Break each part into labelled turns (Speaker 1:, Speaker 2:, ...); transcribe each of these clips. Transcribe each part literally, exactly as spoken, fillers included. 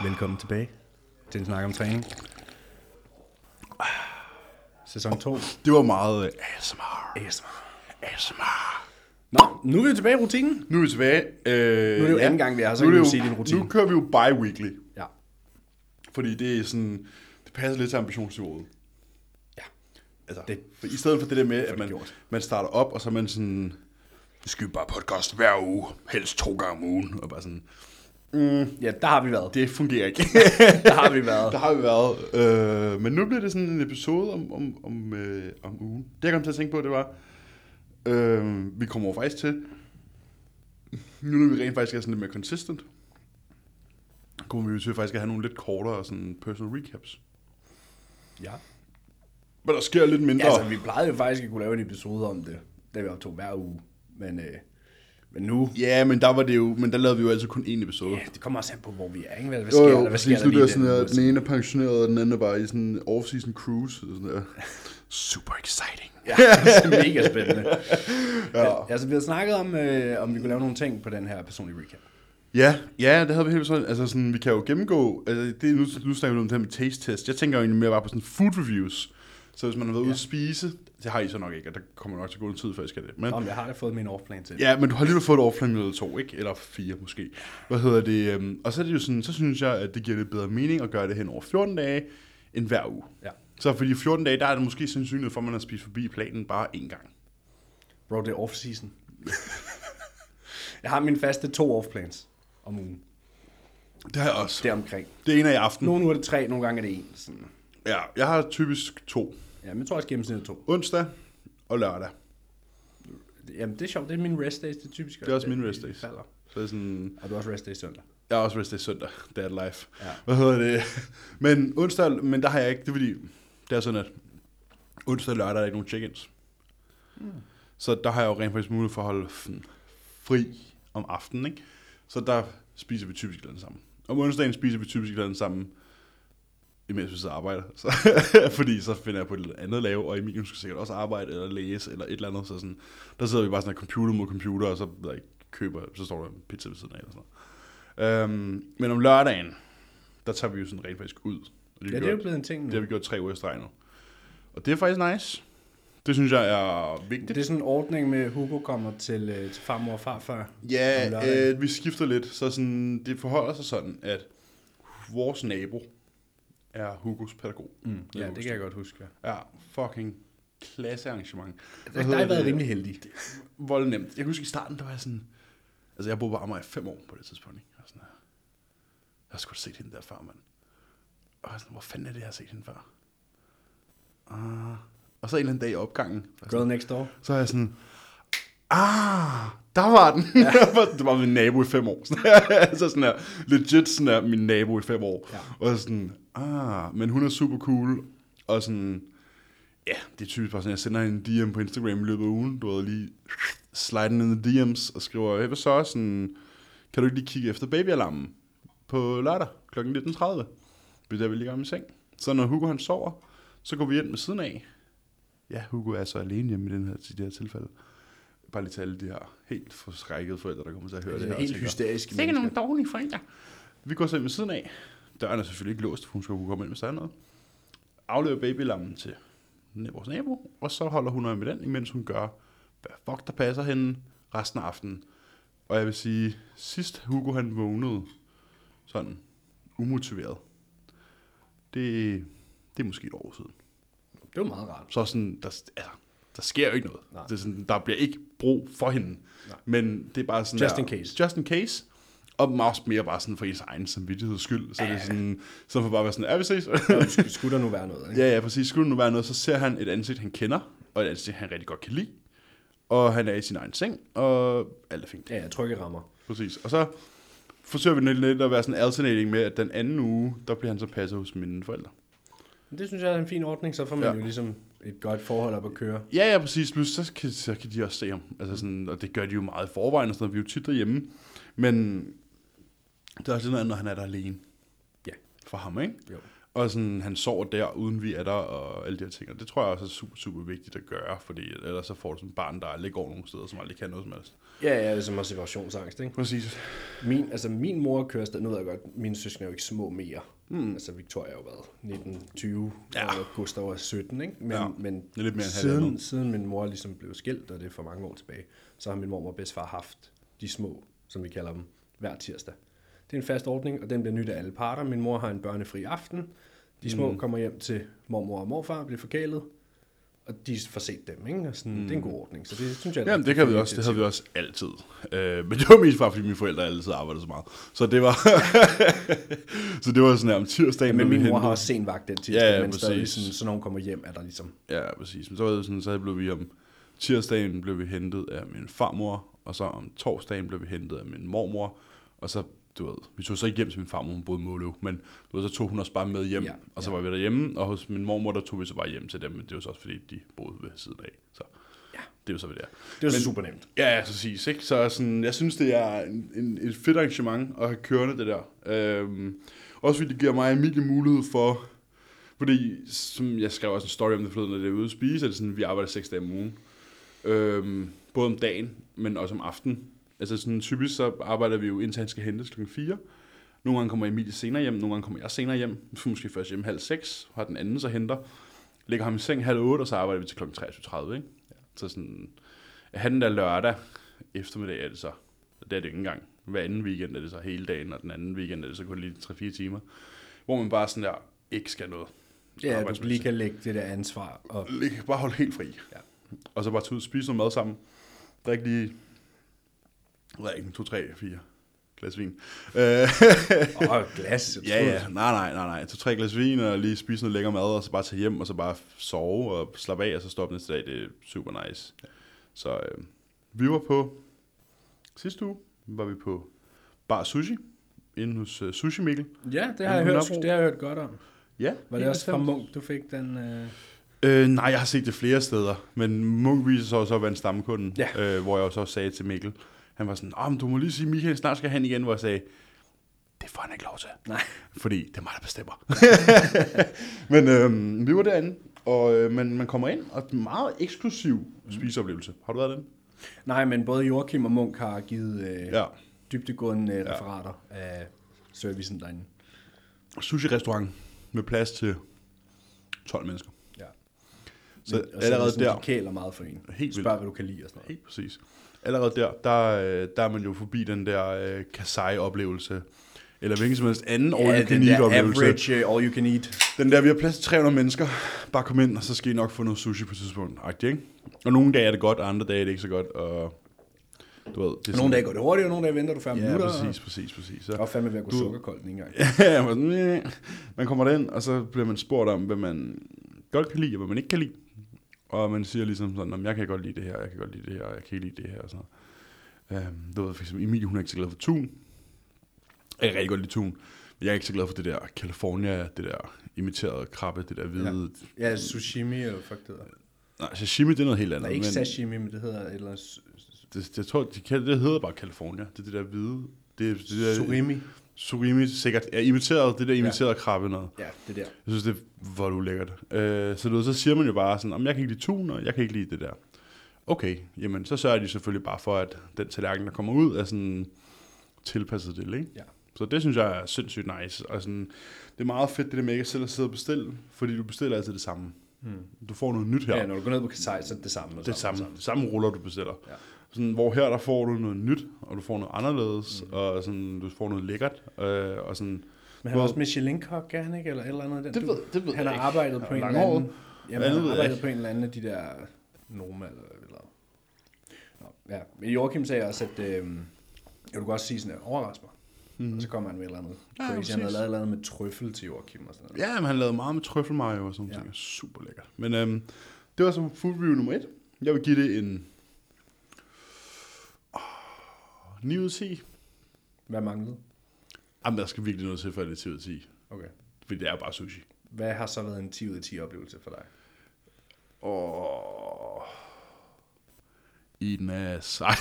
Speaker 1: Velkommen tilbage til en snak om træning. Sæson to.
Speaker 2: Det var meget A S M R.
Speaker 1: A S M R.
Speaker 2: A S M R.
Speaker 1: Nå, nu er vi tilbage i rutinen.
Speaker 2: Nu er vi tilbage. Øh,
Speaker 1: Nu er det jo
Speaker 2: ja.
Speaker 1: anden gang, vi er, så
Speaker 2: Nu
Speaker 1: kan
Speaker 2: er
Speaker 1: vi
Speaker 2: det
Speaker 1: jo sige din rutine.
Speaker 2: Nu kører vi jo bi-weekly.
Speaker 1: Ja.
Speaker 2: Fordi det er sådan, det passer lidt til ambitionsniveauet.
Speaker 1: Ja.
Speaker 2: Altså,
Speaker 1: Det-
Speaker 2: for i stedet for det der med, at
Speaker 1: det
Speaker 2: man,
Speaker 1: gjort.
Speaker 2: man starter op, og så er man sådan, vi skal jo bare podcast hver uge, helst to gange om ugen, og bare sådan, mm,
Speaker 1: Ja, der har vi været.
Speaker 2: det fungerer ikke.
Speaker 1: Der har vi været.
Speaker 2: Der har vi været. Øh, men nu bliver det sådan en episode om, om, om, øh, om ugen. Det jeg kom til at tænke på, det var, øh, vi kommer over faktisk til, nu når vi rent faktisk er sådan lidt mere consistent, kommer vi jo til faktisk at have nogle lidt kortere sådan personal recaps.
Speaker 1: Ja.
Speaker 2: Men der sker lidt mindre.
Speaker 1: Altså, vi plejede jo faktisk at kunne lave en episode om det, da vi optog hver uge. Men, øh, men nu...
Speaker 2: Ja, men der var det jo, men der lavede vi jo altid kun én episode.
Speaker 1: Ja, det kommer også an på, hvor vi er, ikke? Hvad, hvad
Speaker 2: Jo,
Speaker 1: sker
Speaker 2: jo,
Speaker 1: der? Hvad
Speaker 2: præcis.
Speaker 1: sker
Speaker 2: Nu
Speaker 1: der
Speaker 2: er
Speaker 1: lige
Speaker 2: sådan,
Speaker 1: den
Speaker 2: at
Speaker 1: uge?
Speaker 2: den ene er pensioneret, og den anden er bare i sådan en off-season cruise. Og sådan der. Super exciting.
Speaker 1: Ja, det er mega spændende.
Speaker 2: Ja.
Speaker 1: Ja. Altså, vi har snakket om, øh, om vi kunne lave nogle ting på den her personlige recap.
Speaker 2: Ja, ja, det havde vi helt sådan. Altså sådan, vi kan jo gennemgå, altså det, nu, nu snakker vi om det her med taste test. Jeg tænker jo egentlig mere bare på sådan food reviews. Så hvis man har været ja. ude at spise, det har I så nok ikke, og der kommer nok til god tid, før jeg skal det. Men,
Speaker 1: Om jeg har da fået min off-plan til.
Speaker 2: ja, men du har lige fået et offline med to, ikke? Eller fire måske. Hvad hedder det? Um, og så er det jo sådan, så synes jeg, at det giver lidt bedre mening at gøre det hen over fjorten dage, end hver uge.
Speaker 1: Ja.
Speaker 2: Så fordi fjorten dage, der er det måske sandsynligt for, at man har spist forbi planen bare én gang.
Speaker 1: Bro, det er off-season. Jeg har mine faste to off-plans om ugen.
Speaker 2: Det har jeg også.
Speaker 1: Det er omkring.
Speaker 2: Det er en af i aften.
Speaker 1: Nogle uger er det tre, nogle gange er det en. Sådan.
Speaker 2: Ja, jeg har typisk to.
Speaker 1: Ja, men jeg tror også gennemsnittet to.
Speaker 2: Onsdag og lørdag.
Speaker 1: Jamen, det er sjovt. Det er mine rest days. Det er typisk.
Speaker 2: Det er også mine rest days.
Speaker 1: Falder.
Speaker 2: Så er det sådan...
Speaker 1: Og du har også rest days søndag.
Speaker 2: Jeg har også rest day søndag. Det er live.
Speaker 1: Ja.
Speaker 2: Hvad hedder det? Men onsdag, men der har jeg ikke. Det er fordi, det er sådan, at onsdag og lørdag er der ikke nogen check-ins. Mm. Så der har jeg jo rent faktisk mulighed for at holde fri om aftenen, ikke? Så der spiser vi typisk noget sammen. Om onsdagen spiser vi typisk noget sammen, imens vi sidder og arbejder. Så, fordi så finder jeg på et andet lave, og Emil skal sikkert også arbejde, eller læse, eller et eller andet. Så sådan, der sidder vi bare sådan en computer mod computer, og så ved jeg ikke, køber, så står der en pizza ved siden af, eller sådan noget. Øhm, men om lørdagen, der tager vi jo sådan rent faktisk ud. Og det
Speaker 1: Ja, det er jo blevet en ting nu.
Speaker 2: Det har vi gjort tre uger i streg nu. Og det er faktisk nice. Det synes jeg er vigtigt.
Speaker 1: Det er sådan en ordning med, at Hugo kommer til, øh, til farmor og farfar. om
Speaker 2: Ja,
Speaker 1: lørdagen.
Speaker 2: øh, vi skifter lidt. Så sådan, det forholder sig sådan, at vores nabo er Hugos pædagog.
Speaker 1: Mm, ja, det kan jeg godt huske. Ja.
Speaker 2: Ja, fucking klasse arrangement.
Speaker 1: Der har jeg været rimelig heldig.
Speaker 2: Vold nemt. Jeg kan huske i starten, der var jeg sådan... Altså, jeg boede på Amager i fem år på det tidspunkt, ikke? Jeg var sådan her, jeg har sgu da set hende der før, mand. Og jeg var sådan, hvor fanden er det, jeg har set hende før? Uh, og så en eller anden dag i opgangen, så,
Speaker 1: Girl next door.
Speaker 2: så er jeg sådan, ah, der var den. Ja. Det var min nabo i fem år. Så sådan her, legit sådan her, min nabo i fem år.
Speaker 1: Ja.
Speaker 2: Og sådan, ah, men hun er super cool. Og sådan, ja, det er typisk bare sådan, jeg sender hende en D M på Instagram i løbet af ugen. Du ved lige slide in the D Ms og skriver, hey, hvad så? Sådan, kan du ikke lige kigge efter babyalarmen på lørdag klokken nitten tredive? Vi er lige i gang med seng. Så når Hugo han sover, så går vi ind med siden af. Ja, Hugo er så alene hjemme i den her, i det her tilfælde. Bare lige til alle de her helt forskrækkede forældre, der kommer til at høre det,
Speaker 1: Det
Speaker 2: her.
Speaker 1: er helt hysteriske
Speaker 2: Det er ikke
Speaker 1: mennesker.
Speaker 2: nogle dårlige forældre. Vi går så ind med siden af. Døren er selvfølgelig ikke låst, for hun skal kunne komme ind med sådan noget. Afleverer babylammen til vores nabo, og så holder hun øje med den, imens hun gør, hvad fuck der passer hende resten af aftenen. Og jeg vil sige, sidst Hugo han vågnede sådan umotiveret, det, det er måske et år siden.
Speaker 1: Det var meget rart.
Speaker 2: Så sådan, der, altså, der sker jo ikke noget.
Speaker 1: Nej.
Speaker 2: Det er sådan, der bliver ikke brug for hende.
Speaker 1: Nej.
Speaker 2: Men det er bare sådan
Speaker 1: Just
Speaker 2: der,
Speaker 1: in case.
Speaker 2: Just in case. Og også mere bare sådan for ens egen samvittigheds skyld. Så ja. Det er sådan, så for bare være sådan, er vi ses?
Speaker 1: Skulle, skulle der nu være noget, ikke?
Speaker 2: Ja, ja, præcis. Skulle der nu være noget, så ser han et ansigt, han kender, og et ansigt, han rigtig godt kan lide. Og han er i sin egen seng, og alt er fint.
Speaker 1: Ja, ja, trygge rammer.
Speaker 2: Præcis. Og så forsøger vi lidt at være sådan alternating med, at den anden uge, der bliver han så passet hos mine forældre.
Speaker 1: Det synes jeg er en fin ordning, så får man
Speaker 2: Ja.
Speaker 1: jo ligesom et godt forhold op at køre.
Speaker 2: Ja, ja, præcis. Plus, så kan, så kan de også se ham. Altså sådan, og det gør de jo meget i forvejen, og sådan noget. Vi er jo tit derhjemme. Men det er også noget andet, når han er der alene.
Speaker 1: Ja.
Speaker 2: For ham, ikke?
Speaker 1: Jo.
Speaker 2: Og sådan, han sover der, uden vi er der, og alle de her ting. Og det tror jeg også er super, super vigtigt at gøre, fordi ellers så får du sådan et barn, der aldrig går nogen steder, som aldrig kan noget som helst.
Speaker 1: Ja, ja, det er som også separationsangst, ikke?
Speaker 2: Præcis.
Speaker 1: Min, altså min mor kører stadig, nu ved jeg godt, mine søskende er jo ikke små mere. Mm. Altså Victoria er jo været nitten tyve, ja. Og Gustav er sytten, ikke? Men,
Speaker 2: ja.
Speaker 1: men
Speaker 2: det er lidt mere
Speaker 1: siden, siden min mor ligesom blev skilt, og det er for mange år tilbage, så har min mor og bedstefar haft de små, som vi kalder dem, hver tirsdag. Det er en fast ordning, og den bliver nyt af alle parter. Min mor har en børnefri aften. De små mm. kommer hjem til mormor og morfar, bliver forkælet, og de får set dem, ikke? Og sådan, mm. det er en god ordning, så det synes jeg...
Speaker 2: Jamen, det kan vi også, det havde vi også altid. Øh, men det var mest bare, fordi mine forældre altid arbejdede så meget. Så det var, så det var sådan her om tirsdagen.
Speaker 1: Ja, men min mor hentet. Har også sen vagt den tirsdag, ja, ja, men stadig sådan, så når hun kommer hjem, er der ligesom...
Speaker 2: Ja, præcis. Men så var det sådan, så blev vi om tirsdagen blev vi hentet af min farmor, og så om torsdagen blev vi hentet af min mormor, og så du ved, vi tog så ikke hjem til min farmor, hun boede i Måløv, men du ved, så tog hun os bare med hjem, ja, og så ja. var vi derhjemme, og hos min mormor, der tog vi så bare hjem til dem, men det var så også fordi, de boede ved siden af, så ja. Det var så ved det.
Speaker 1: Det var men, så super nemt.
Speaker 2: Ja, så siges, ikke? Så sådan, jeg synes, det er en, en, et fedt arrangement at have kørende det der. Øhm, også fordi det giver mig en mulighed for, fordi, som jeg skrev også en story om det forleden, når det er ude at spise, er det sådan, vi arbejder seks dage om ugen. Øhm, både om dagen, men også om aftenen. Altså sådan typisk så arbejder vi jo indtil han skal hentes klokken fire. Nogle gange kommer Emilie senere hjem, nogle gange kommer jeg senere hjem. Vi får måske først hjem halv seks, har den anden så henter. Lægger ham i seng halv otte, og så arbejder vi til klokken treogtyve tredive, ikke? Ja. Så sådan, han den der lørdag eftermiddag er det så. Det er det ikke engang. Hver anden weekend er det så hele dagen, og den anden weekend er det så kun lige tre fire timer. Hvor man bare sådan der ikke skal noget.
Speaker 1: Ja, du lige kan lægge det der ansvar. Og...
Speaker 2: Bare holde helt fri. Ja. Og så bare tage ud og spise noget mad sammen. Drik lige... Rækken, to, tre, fire glas vin.
Speaker 1: Åh, oh, glas.
Speaker 2: Ja, ja. Nej, nej, nej, nej. To, tre glas vin, og lige spise noget lækker mad, og så bare tage hjem, og så bare sove og slappe af, og så stoppe næste dag. Det er super nice. Ja. Så øh, vi var på, sidste uge, var vi på Bar Sushi, inde hos uh, Sushi Mikkel.
Speaker 1: Ja, det har, jeg hørt, det har jeg hørt godt om.
Speaker 2: Ja.
Speaker 1: Var det også fra Munk, du fik den... Øh...
Speaker 2: Øh, nej, jeg har set det flere steder, men Munk viser sig også at være en stammekunde, ja. øh, hvor jeg også sagde til Mikkel, han var sådan, åh, oh, du må lige sige, Michael snart skal han igen, hvor jeg sagde, det får han ikke lov til.
Speaker 1: Nej.
Speaker 2: Fordi det er mig, der bestemmer. men øhm, vi var derinde, og øh, man, man kommer ind, og det er en meget eksklusiv spiseoplevelse. Har du været den?
Speaker 1: Nej, men både Joachim og Munk har givet øh, ja. dybdegående øh,
Speaker 2: ja.
Speaker 1: referater af servicen derinde.
Speaker 2: Sushi-restaurant med plads til tolv mennesker.
Speaker 1: Ja.
Speaker 2: Så
Speaker 1: men,
Speaker 2: allerede
Speaker 1: så
Speaker 2: der...
Speaker 1: De kæler meget for en.
Speaker 2: Helt
Speaker 1: Spørg, hvad du kan lide og sådan noget.
Speaker 2: Helt præcis. Allerede der, der, der er man jo forbi den der uh, kasai-oplevelse, eller hvilken som helst anden
Speaker 1: ja,
Speaker 2: all-you-can-eat-oplevelse.
Speaker 1: Average uh, all-you-can-eat.
Speaker 2: Den der, vi har plads til tre hundrede mennesker, bare kom ind, og så skal I nok få noget sushi på et tidspunkt. Ikke? Og nogle dage er det godt, og andre dage er det ikke så godt. Og, du ved, det er
Speaker 1: nogle dage går det hurtigt, og nogle dage venter du fem
Speaker 2: ja,
Speaker 1: minutter.
Speaker 2: Ja, præcis, præcis, præcis. Så,
Speaker 1: og fandme ved at gå sukkerkoldt en gang.
Speaker 2: Ja, man, man kommer derind, og så bliver man spurgt om, hvad man godt kan lide, og hvad man ikke kan lide. Og man siger ligesom sådan, jeg kan godt lide det her, jeg kan godt lide det her, jeg kan ikke lide det her, og sådan noget. Um, du ved for eksempel, Emilie, hun er ikke så glad for tun. Jeg kan rigtig godt lide tun, men jeg er ikke så glad for det der California, det der imiterede krabbe, det der hvide...
Speaker 1: Ja, ja sushimi, eller fuck det der.
Speaker 2: Nej, sashimi, det er noget helt andet.
Speaker 1: Nej, ikke men... sashimi, men det hedder... Eller...
Speaker 2: Det, jeg tror, det, det hedder bare California, det er det der hvide... Det, det der,
Speaker 1: surimi.
Speaker 2: Surimi, sikkert. Ja, imiteret, det der imiterede ja. krabbe noget.
Speaker 1: Ja, det der.
Speaker 2: Jeg synes, det var ulækkert. Uh, så du ved, så siger man jo bare sådan, om jeg kan ikke lide tun, og jeg kan ikke lide det der. Okay, jamen så sørger de selvfølgelig bare for, at den tallerken, der kommer ud, er sådan tilpasset det, ikke?
Speaker 1: Ja.
Speaker 2: Så det synes jeg er sindssygt nice. Og sådan, det er meget fedt, det der med ikke selv at sidde og bestille, fordi du bestiller altid det samme. Hmm. Du får noget nyt her.
Speaker 1: Ja, når du går ned på Kasai, så er det det samme.
Speaker 2: Det, det samme, samme. samme ruller, du bestiller. Ja. Sådan, hvor her, der får du noget nyt, og du får noget anderledes, hmm. og sådan, du får noget lækkert, øh, og sådan...
Speaker 1: Men han er også Michelin-kok, er han ikke? Eller et eller andet? Den,
Speaker 2: det ved, det ved
Speaker 1: han har arbejdet på en eller anden... Jamen, han har arbejdet på en eller anden af de der... Noma eller... eller. Nå, ja, men Joachim sagde også, at... Øh, jeg vil godt sige sådan, at overraske mig. Mm-hmm. Og så kommer han med et eller andet
Speaker 2: ja,
Speaker 1: crazy. Han havde lavet et eller andet med trøffel til Joachim og sådan noget.
Speaker 2: Ja, men han lavede meget med trøffel Mario og sådan noget. Ja. Super lækkert. Men øhm, det var så food review nummer et. Jeg vil give det en... Oh, ni ud af ti.
Speaker 1: Hvad manglede?
Speaker 2: Jamen, der skal virkelig noget til, for det er ti ud af ti.
Speaker 1: Okay.
Speaker 2: Fordi det er bare sushi.
Speaker 1: Hvad har så været en ti ud af ti oplevelse for dig?
Speaker 2: Og I den ass. Nej.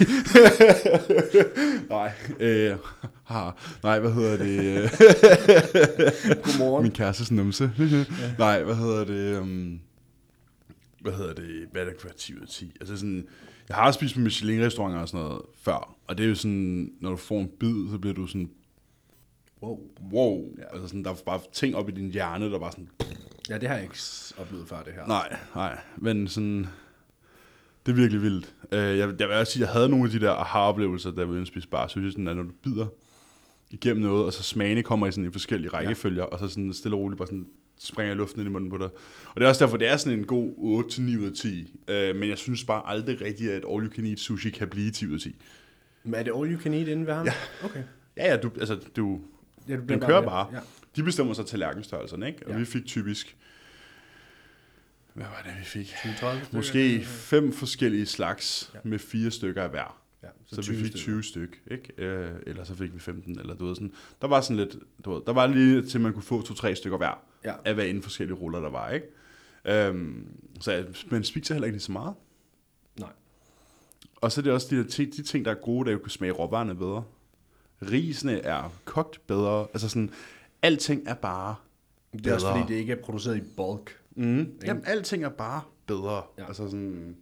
Speaker 2: Nej. Øh, nej, hvad hedder det?
Speaker 1: Godmorgen.
Speaker 2: Min kærestes numse. Ja. Nej, hvad hedder det? Um, hvad hedder det? Hvad er det, kvart ti ud af ti? Altså sådan, jeg har spist på Michelin-restauranter og sådan noget før, og det er jo sådan, når du får en bid, så bliver du sådan,
Speaker 1: wow.
Speaker 2: Wow. Ja. Altså sådan, der er bare ting op i din hjerne, der bare sådan...
Speaker 1: Ja, det har jeg ikke oplevet før, det her.
Speaker 2: Nej, nej, men sådan... Det er virkelig vildt. Uh, jeg, jeg vil også sige, jeg havde nogle af de der aha-oplevelser, der ville spise bare sushi, sådan at når du bider igennem noget, og så smagene kommer i sådan en forskellige rækkefølger, ja. Og så sådan stille og roligt bare sådan springer luften ind i munden på dig. Og det er også derfor, det er sådan en god otte til ni ud af ti. Uh, men jeg synes bare aldrig rigtigt, at all you can eat sushi kan blive ti ud af ti.
Speaker 1: Men er det all you can eat inden ved ham?
Speaker 2: Ja.
Speaker 1: Okay.
Speaker 2: Ja, ja, du, altså, du,
Speaker 1: ja, du
Speaker 2: den kører
Speaker 1: med.
Speaker 2: bare.
Speaker 1: Ja.
Speaker 2: De bestemmer sig tallerkenstørrelserne, ikke? Og
Speaker 1: ja.
Speaker 2: vi fik typisk... Hvad var det, vi fik?
Speaker 1: tyve tredive
Speaker 2: Måske fem forskellige slags ja. Med fire stykker af hver.
Speaker 1: Ja,
Speaker 2: så, så vi fik tyve stykker, ikke? Øh, eller så fik vi femten, eller du ved sådan. Der var sådan lidt, du ved, der var lige til, man kunne få to-tre stykker hver, ja. Af hver en forskellige ruller, der var, ikke? Øhm, så man spiser heller ikke lige så meget.
Speaker 1: Nej.
Speaker 2: Og så er det også de, der, de ting, der er gode, der jo kan smage råvarerne bedre. Risene er kogt bedre. Altså sådan, alting er bare bedre.
Speaker 1: Det er også fordi, det ikke er produceret i bulk.
Speaker 2: Mm. Jamen, alting er bare bedre. Ja. Altså sådan...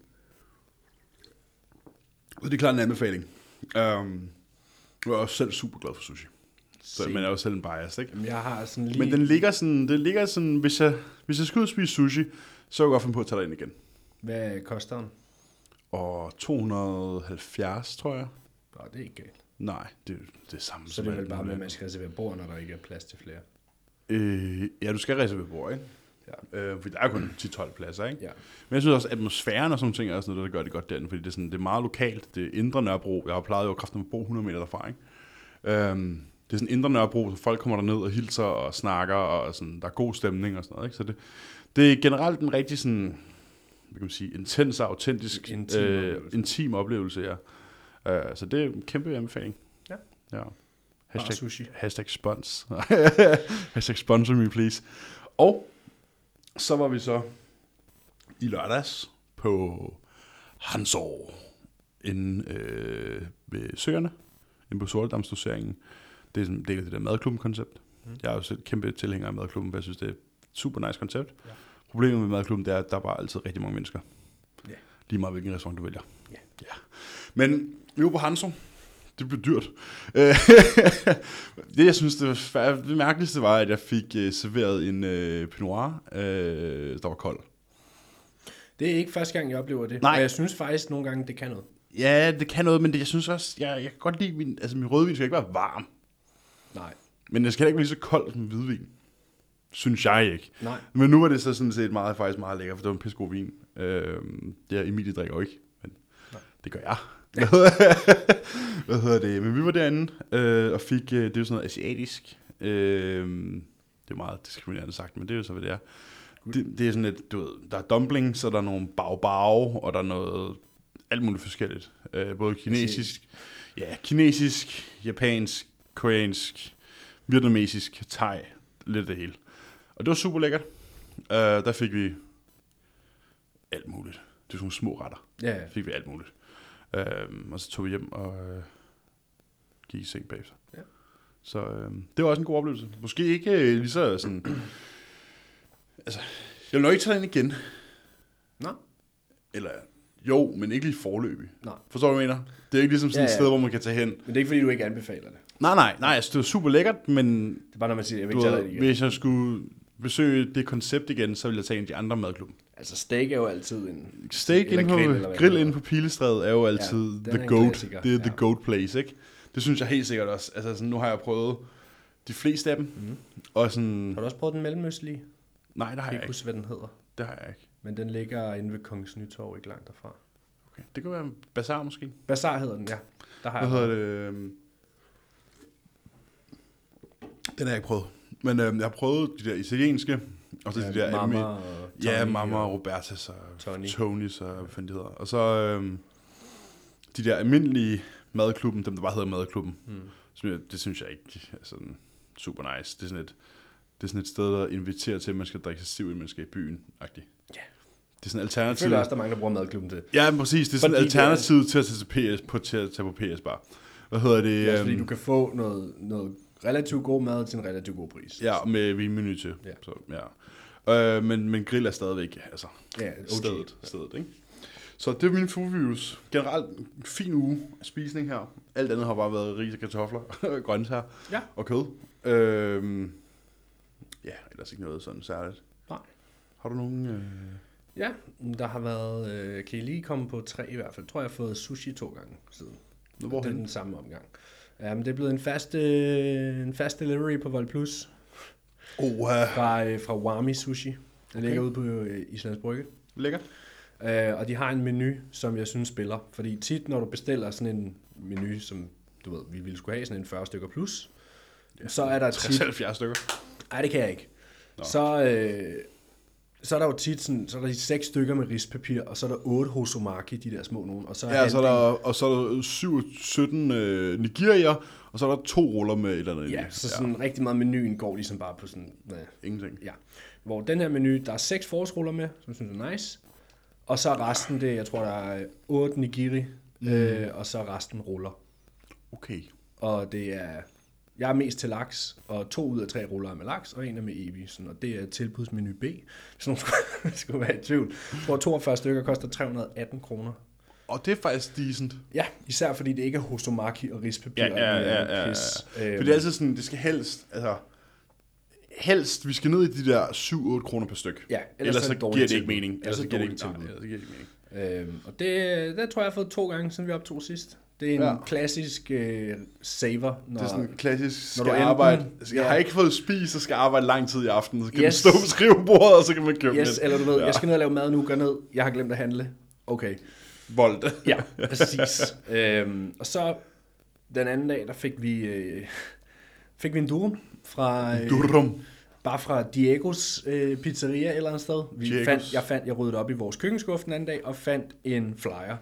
Speaker 2: Det er klart en anbefaling. Um, jeg er også selv super glad for sushi. Så man er jo selv en bias, ikke?
Speaker 1: Jamen, jeg har sådan lige...
Speaker 2: Men den ligger sådan, det ligger sådan, hvis jeg, hvis jeg skal ud og spise sushi, så vil jeg godt finde på at tage dig ind igen.
Speaker 1: Hvad koster den?
Speaker 2: Og to hundrede og halvfjerds, tror jeg.
Speaker 1: Nå, det er ikke galt.
Speaker 2: Nej, det, det er samme.
Speaker 1: Så det er vel bare med, at man skal reservere bord, når der ikke er plads til flere.
Speaker 2: Øh, ja, du skal reservere bord, ikke? Ja. Øh, fordi der er kun ti til tolv pladser, ikke?
Speaker 1: Ja.
Speaker 2: Men jeg synes også, at atmosfæren og sådan ting er sådan noget, der gør det godt derinde, fordi det er, sådan, det er meget lokalt. Det er indre Nørrebro. Jeg har plejet jo at kraftigt med bo hundrede meter derfra, ikke? Øhm, det er sådan indre Nørrebro, så folk kommer derned og hilser og snakker, og sådan, der er god stemning og sådan noget, ikke? Så det, det er generelt en rigtig sådan, hvad kan man sige, intens og autentisk,
Speaker 1: intim,
Speaker 2: øh,
Speaker 1: oplevelse.
Speaker 2: intim oplevelse, ja. Uh, så det er en kæmpe anbefaling.
Speaker 1: Ja.
Speaker 2: Ja.
Speaker 1: Hashtag, sushi.
Speaker 2: Hashtag spons. Hashtag sponsor me, please. Og så var vi så i lørdags på Hanso inde øh, ved Søerne, inde på Sortedamsdoseringen. Det er sådan, det er det der madklubben-koncept. Mm. Jeg er jo selv kæmpe tilhænger af madklubben, for jeg synes, det er et super nice koncept. Ja. Problemet med madklubben, det er, at der er bare altid rigtig mange mennesker. Ja. Lige meget, hvilken restaurant du vælger. Ja. Ja. Men vi var på Hanso. Det blev dyrt. Det, jeg synes, det, var, det mærkeligste var, at jeg fik uh, serveret en uh, Pinot Noir, uh, der var kold.
Speaker 1: Det er ikke første gang, jeg oplever det.
Speaker 2: Nej.
Speaker 1: Og jeg synes faktisk, nogle gange, det kan noget.
Speaker 2: Ja, det kan noget, men det, jeg synes også, jeg, jeg kan godt lide, min, altså min rødvin skal ikke være varm.
Speaker 1: Nej.
Speaker 2: Men det skal ikke være lige så kold som hvidvin. Synes jeg ikke.
Speaker 1: Nej.
Speaker 2: Men nu var det så sådan set meget, faktisk meget lækkert, for det var en pissegod vin. Uh, det er Emilie drikker jo ikke, men nej. Det gør jeg. Ja. Hvad hedder det? Men vi var derinde øh, og fik, øh, det er jo sådan noget asiatisk. Øh, det er meget diskriminerende sagt, men det er jo så, hvad det er. Det, det er sådan et, du ved, der er dumplings, så der er nogle bao-bao, og der er noget alt muligt forskelligt. Øh, både kinesisk, ja, kinesisk, japansk, koreansk, vietnamesisk, thai, lidt af det hele. Og det var super lækkert. Øh, der fik vi alt muligt. Det er sådan nogle små retter.
Speaker 1: Ja, ja.
Speaker 2: Fik vi alt muligt. Øhm, og så tog vi hjem og øh, gik i seng bagefter. Ja. Så øh, det var også en god oplevelse. Måske ikke øh, lige så sådan... altså, jeg vil nok ikke tage den igen.
Speaker 1: Nej.
Speaker 2: Eller jo, men ikke lige forløbig.
Speaker 1: Nej.
Speaker 2: Forstår du, hvad jeg mener? Det er ikke ligesom sådan ja, ja. Et sted, hvor man kan tage hen.
Speaker 1: Men det er ikke, fordi du ikke anbefaler det.
Speaker 2: Nej, nej, nej. Altså, det var super lækkert, men...
Speaker 1: Det er bare, når man siger, jeg vil ikke tage det igen.
Speaker 2: Hvis jeg skulle besøge det koncept igen, så ville jeg tage en af de andre madklubben.
Speaker 1: Altså steak er jo altid en...
Speaker 2: Steak inde på, grill, grill inde på Pilestræde er jo altid ja, the goat. Det er ja. The goat place, ikke? Det synes jeg helt sikkert også. Altså sådan, nu har jeg prøvet de fleste af dem. Mm. Og sådan...
Speaker 1: Har du også prøvet den mellemøstlige?
Speaker 2: Nej, det har jeg,
Speaker 1: jeg ikke. Jeg kan ikke huske, hvad den hedder.
Speaker 2: Det har jeg ikke.
Speaker 1: Men den ligger inde ved Kongens Nytorv, ikke langt derfra.
Speaker 2: Okay. Det kan være en Bazaar måske.
Speaker 1: Bazaar hedder den, ja. Der har
Speaker 2: hvad
Speaker 1: jeg
Speaker 2: hedder det? Den har jeg ikke prøvet. Men øh, jeg har prøvet de der italienske. Og så ja, de der
Speaker 1: Mamma
Speaker 2: med,
Speaker 1: og Tony.
Speaker 2: Ja, Mamma og Robertas og
Speaker 1: Tony.
Speaker 2: Tony, så hvad fanden de hedder. Og så øh, de der almindelige madklubben, dem der bare hedder madklubben. Hmm. Som jeg, det synes jeg ikke er sådan super nice. Det er sådan et, det er sådan et sted, der inviterer til, at man skal drikke sig stiv, inden man skal i byen. -agtigt.
Speaker 1: Ja.
Speaker 2: Det er sådan
Speaker 1: Jeg
Speaker 2: alternativ.
Speaker 1: føler også, der er mange, der bruger madklubben til.
Speaker 2: Ja, præcis. Det er sådan
Speaker 1: Fordi
Speaker 2: alternativ det er... til at tage til P S, på, til at tage på P S bar. Hvad hedder det?
Speaker 1: Det er også, fordi
Speaker 2: øhm,
Speaker 1: du kan få noget, noget relativt god mad til en relativt god pris.
Speaker 2: Ja, med vinmenu til.
Speaker 1: Ja.
Speaker 2: Så, ja. Øh, men, men grill er stadigvæk, altså,
Speaker 1: Ja, O G.
Speaker 2: stedet, stedet, ikke? Så det er mine food reviews. Generelt en fin uge af spisning her. Alt andet har bare været ris og kartofler, grøntsager
Speaker 1: Ja.
Speaker 2: og kød. Øh, ja, ellers ikke noget sådan særligt.
Speaker 1: Nej.
Speaker 2: Har du nogen... Øh...
Speaker 1: Ja, der har været, øh, kan I lige komme på tre i hvert fald. Jeg tror, jeg har fået sushi to gange siden.
Speaker 2: Hvorhen?
Speaker 1: Det er den samme omgang. Ja, men det er blevet en fast, øh, en fast delivery på Vold Plus
Speaker 2: Oha.
Speaker 1: fra, øh, fra Wami Sushi. Den
Speaker 2: Okay.
Speaker 1: ligger ude på øh, Islands Brygge.
Speaker 2: Lækkert.
Speaker 1: Øh, og de har en menu, som jeg synes spiller. Fordi tit, når du bestiller sådan en menu, som du ved, vi ville skulle have, sådan en fyrre stykker plus, ja, så er der tit...
Speaker 2: tres til halvfjerds stykker.
Speaker 1: Nej, det kan jeg ikke.
Speaker 2: Nå.
Speaker 1: Så, øh, så er der jo tit sådan, så er der de seks stykker med rispapir, og så er der otte hosomaki, de der små nogen. Og så er,
Speaker 2: Ja, så er
Speaker 1: halvdelen-
Speaker 2: der, og så er der syv, sytten øh, nigerier, og så er der to ruller med et eller andet.
Speaker 1: Ja,
Speaker 2: inde.
Speaker 1: så sådan ja. rigtig meget menuen går ligesom bare på sådan... Ja.
Speaker 2: Ingenting.
Speaker 1: Ja. Hvor den her menu, der er seks forårsruller med, som jeg synes er nice. Og så er resten det, jeg tror, der er otte nigiri, mm. øh, og så er resten ruller.
Speaker 2: Okay.
Speaker 1: Og det er... Jeg er mest til laks, og to ud af tre ruller er med laks, og en er med ebi. Sådan, og det er tilbudsmenu B, hvis nogen skulle, skulle være i tvivl. Jeg tror, toogfyrre stykker koster tre hundrede og atten kroner.
Speaker 2: Og det er faktisk decent.
Speaker 1: Ja, især fordi det ikke er hosomaki og rispapir.
Speaker 2: Ja, ja, ja, ja, ja.
Speaker 1: Pis.
Speaker 2: For det er altid sådan, det skal helst, altså, helst, vi skal ned i de der syv otte kroner per styk.
Speaker 1: Ja,
Speaker 2: ellers, ellers så giver det ikke mening.
Speaker 1: Ellers så
Speaker 2: giver det ikke,
Speaker 1: tilbud.
Speaker 2: nej, ellers så giver det ikke mening.
Speaker 1: Øhm, og det, det tror jeg, jeg har fået to gange, siden vi optog sidst. Det er en
Speaker 2: Ja.
Speaker 1: klassisk øh, saver. Når,
Speaker 2: Det er sådan klassisk,
Speaker 1: når
Speaker 2: skal
Speaker 1: du enten-
Speaker 2: arbejde, jeg
Speaker 1: ja.
Speaker 2: har ikke fået spist, så skal jeg arbejde lang tid i aften, så kan
Speaker 1: Yes.
Speaker 2: man stå på skrivebordet, og så kan man købe
Speaker 1: Yes,
Speaker 2: lidt.
Speaker 1: eller du ved,
Speaker 2: Ja.
Speaker 1: jeg skal ned og lave mad nu, gå ned, jeg har glemt at handle. Okay.
Speaker 2: Vold.
Speaker 1: Ja, præcis. øhm, og så den anden dag, der fik vi, øh, fik vi en durum fra... Øh,
Speaker 2: Durum.
Speaker 1: Bare fra Diegos øh, pizzeria et eller andet sted. Vi
Speaker 2: Diegos.
Speaker 1: fandt, jeg fandt, jeg ryddede op i vores køkkenskuffe den anden dag, og fandt en flyer.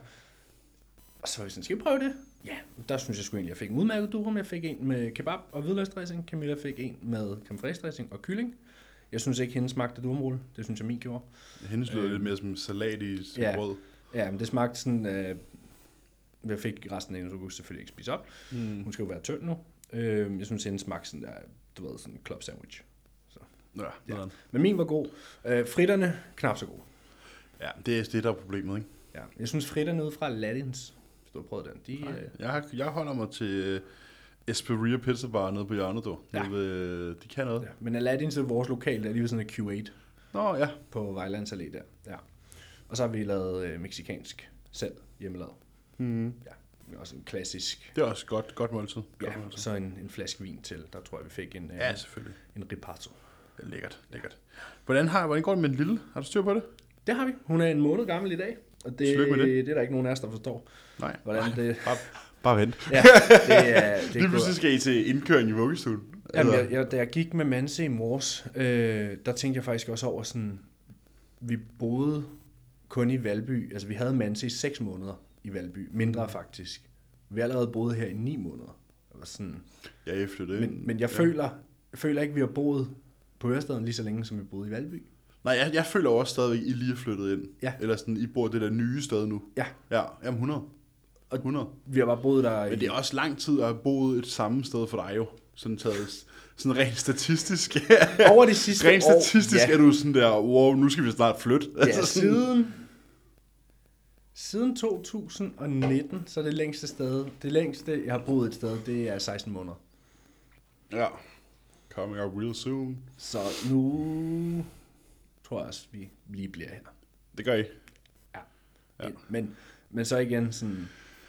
Speaker 1: Og så var vi sådan, skal vi prøve det? Ja, der synes jeg sgu egentlig, jeg fik en udmærket durum. Jeg fik en med kebab og hvidløgsdressing. Camilla fik en med creme fraiche dressing og kylling. Jeg synes ikke, hendes smagte durumrulle. Det synes jeg, min gjorde.
Speaker 2: Hendes lyder lidt mere som salat i som
Speaker 1: Ja.
Speaker 2: brød.
Speaker 1: Ja, men det smagte sådan... Øh, jeg fik resten af hende, så kunne jeg selvfølgelig ikke spise op.
Speaker 2: Mm.
Speaker 1: Hun skal jo være tynd nu. Øh, jeg synes, hendes smagte sådan der, du ved, sådan en club sandwich.
Speaker 2: Ja,
Speaker 1: Ja.
Speaker 2: ja.
Speaker 1: Men min var god. Øh, fritterne, knap så gode.
Speaker 2: ja, det er det, der er problemet, ikke?
Speaker 1: Ja. Jeg synes fritterne ude fra Aladdins, hvis du har prøvet den, de...
Speaker 2: Nej.
Speaker 1: Øh,
Speaker 2: Jeg, har, jeg holder mig til uh, Esperia Pizza Bar nede på hjørnet, du.
Speaker 1: Ja.
Speaker 2: Ja. Ved, de kan noget.
Speaker 1: ja. Men Aladdins er vores lokal, der er lige ved sådan en Q otte
Speaker 2: Nå, ja.
Speaker 1: på Vejlands Allé der. Ja. Og så har vi lavet øh, mexikansk selv hjemmelavet.
Speaker 2: Mm.
Speaker 1: Ja. Også en klassisk...
Speaker 2: Det er også godt, godt måltid.
Speaker 1: Ja,
Speaker 2: Godt måltid.
Speaker 1: så en, en flaske vin til. Der tror jeg, vi fik en, øh,
Speaker 2: Ja, selvfølgelig.
Speaker 1: en ripasso.
Speaker 2: Det er lækkert, lækkert. Hvordan, har, hvordan går det med den lille? Har du styr på det?
Speaker 1: Det har vi. Hun er en måned gammel i dag. Og det,
Speaker 2: Tillykke med det.
Speaker 1: det er der ikke nogen af os, der forstår.
Speaker 2: Nej.
Speaker 1: Hvordan det...
Speaker 2: Bare, bare vent.
Speaker 1: Ja, det er... Det
Speaker 2: Lige
Speaker 1: er
Speaker 2: pludselig skal I til indkøring i vuggestuen.
Speaker 1: Jamen,
Speaker 2: Altså,
Speaker 1: jeg, jeg, da jeg gik med Manse i morges, øh, der tænkte jeg faktisk også over sådan, vi boede kun i Valby, altså vi havde Manse i seks måneder i Valby, mindre faktisk. Vi har allerede boet her i ni måneder. Det var sådan,
Speaker 2: jeg er efter det.
Speaker 1: men, men jeg, føler, jeg føler ikke, vi har boet på Ørestaden lige så længe, som vi boede i Valby.
Speaker 2: Nej, jeg, jeg føler også stadigvæk, I lige er flyttet ind.
Speaker 1: Ja.
Speaker 2: Eller sådan, I bor det der nye sted nu.
Speaker 1: Ja.
Speaker 2: Ja, jamen hundrede. hundrede.
Speaker 1: Vi har bare boet der i...
Speaker 2: Men det er også lang tid at have boet et samme sted for dig jo. Sådan taget, sådan rent statistisk.
Speaker 1: over de sidste
Speaker 2: Rent
Speaker 1: år.
Speaker 2: statistisk
Speaker 1: Ja.
Speaker 2: er du sådan der, wow, nu skal vi snart flytte.
Speaker 1: Ja,
Speaker 2: Altså sådan-
Speaker 1: siden, siden to tusind og nitten, så er det længste sted, det længste, jeg har boet et sted, det er seksten måneder.
Speaker 2: Ja. Coming up real soon.
Speaker 1: Så nu tror jeg også, vi lige bliver her.
Speaker 2: Det gør I.
Speaker 1: Ja.
Speaker 2: Ja.
Speaker 1: Men, men så igen sådan,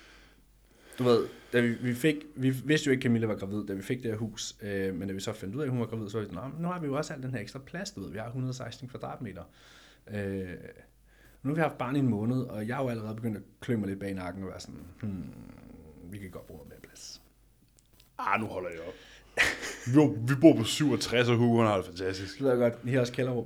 Speaker 1: du ved, da vi, vi fik, vi vidste jo ikke, at Camilla var gravid, da vi fik det her hus, øh, men da vi så fandt ud af, at hun var gravid, så var vi sådan, nu har vi jo også alt den her ekstra plads, du ved, vi har et hundrede og seksten kvadratmeter. Øh, nu har vi haft barn i en måned, og jeg er jo allerede begyndt at klø mig lidt bag nakken og være sådan, hmm, vi kan godt bruge noget mere plads.
Speaker 2: Ah, nu holder jeg op. vi, bor, vi bor på syvogtres, og Hugo har det fantastisk.
Speaker 1: Det ved jeg godt, vi har også kælderrum.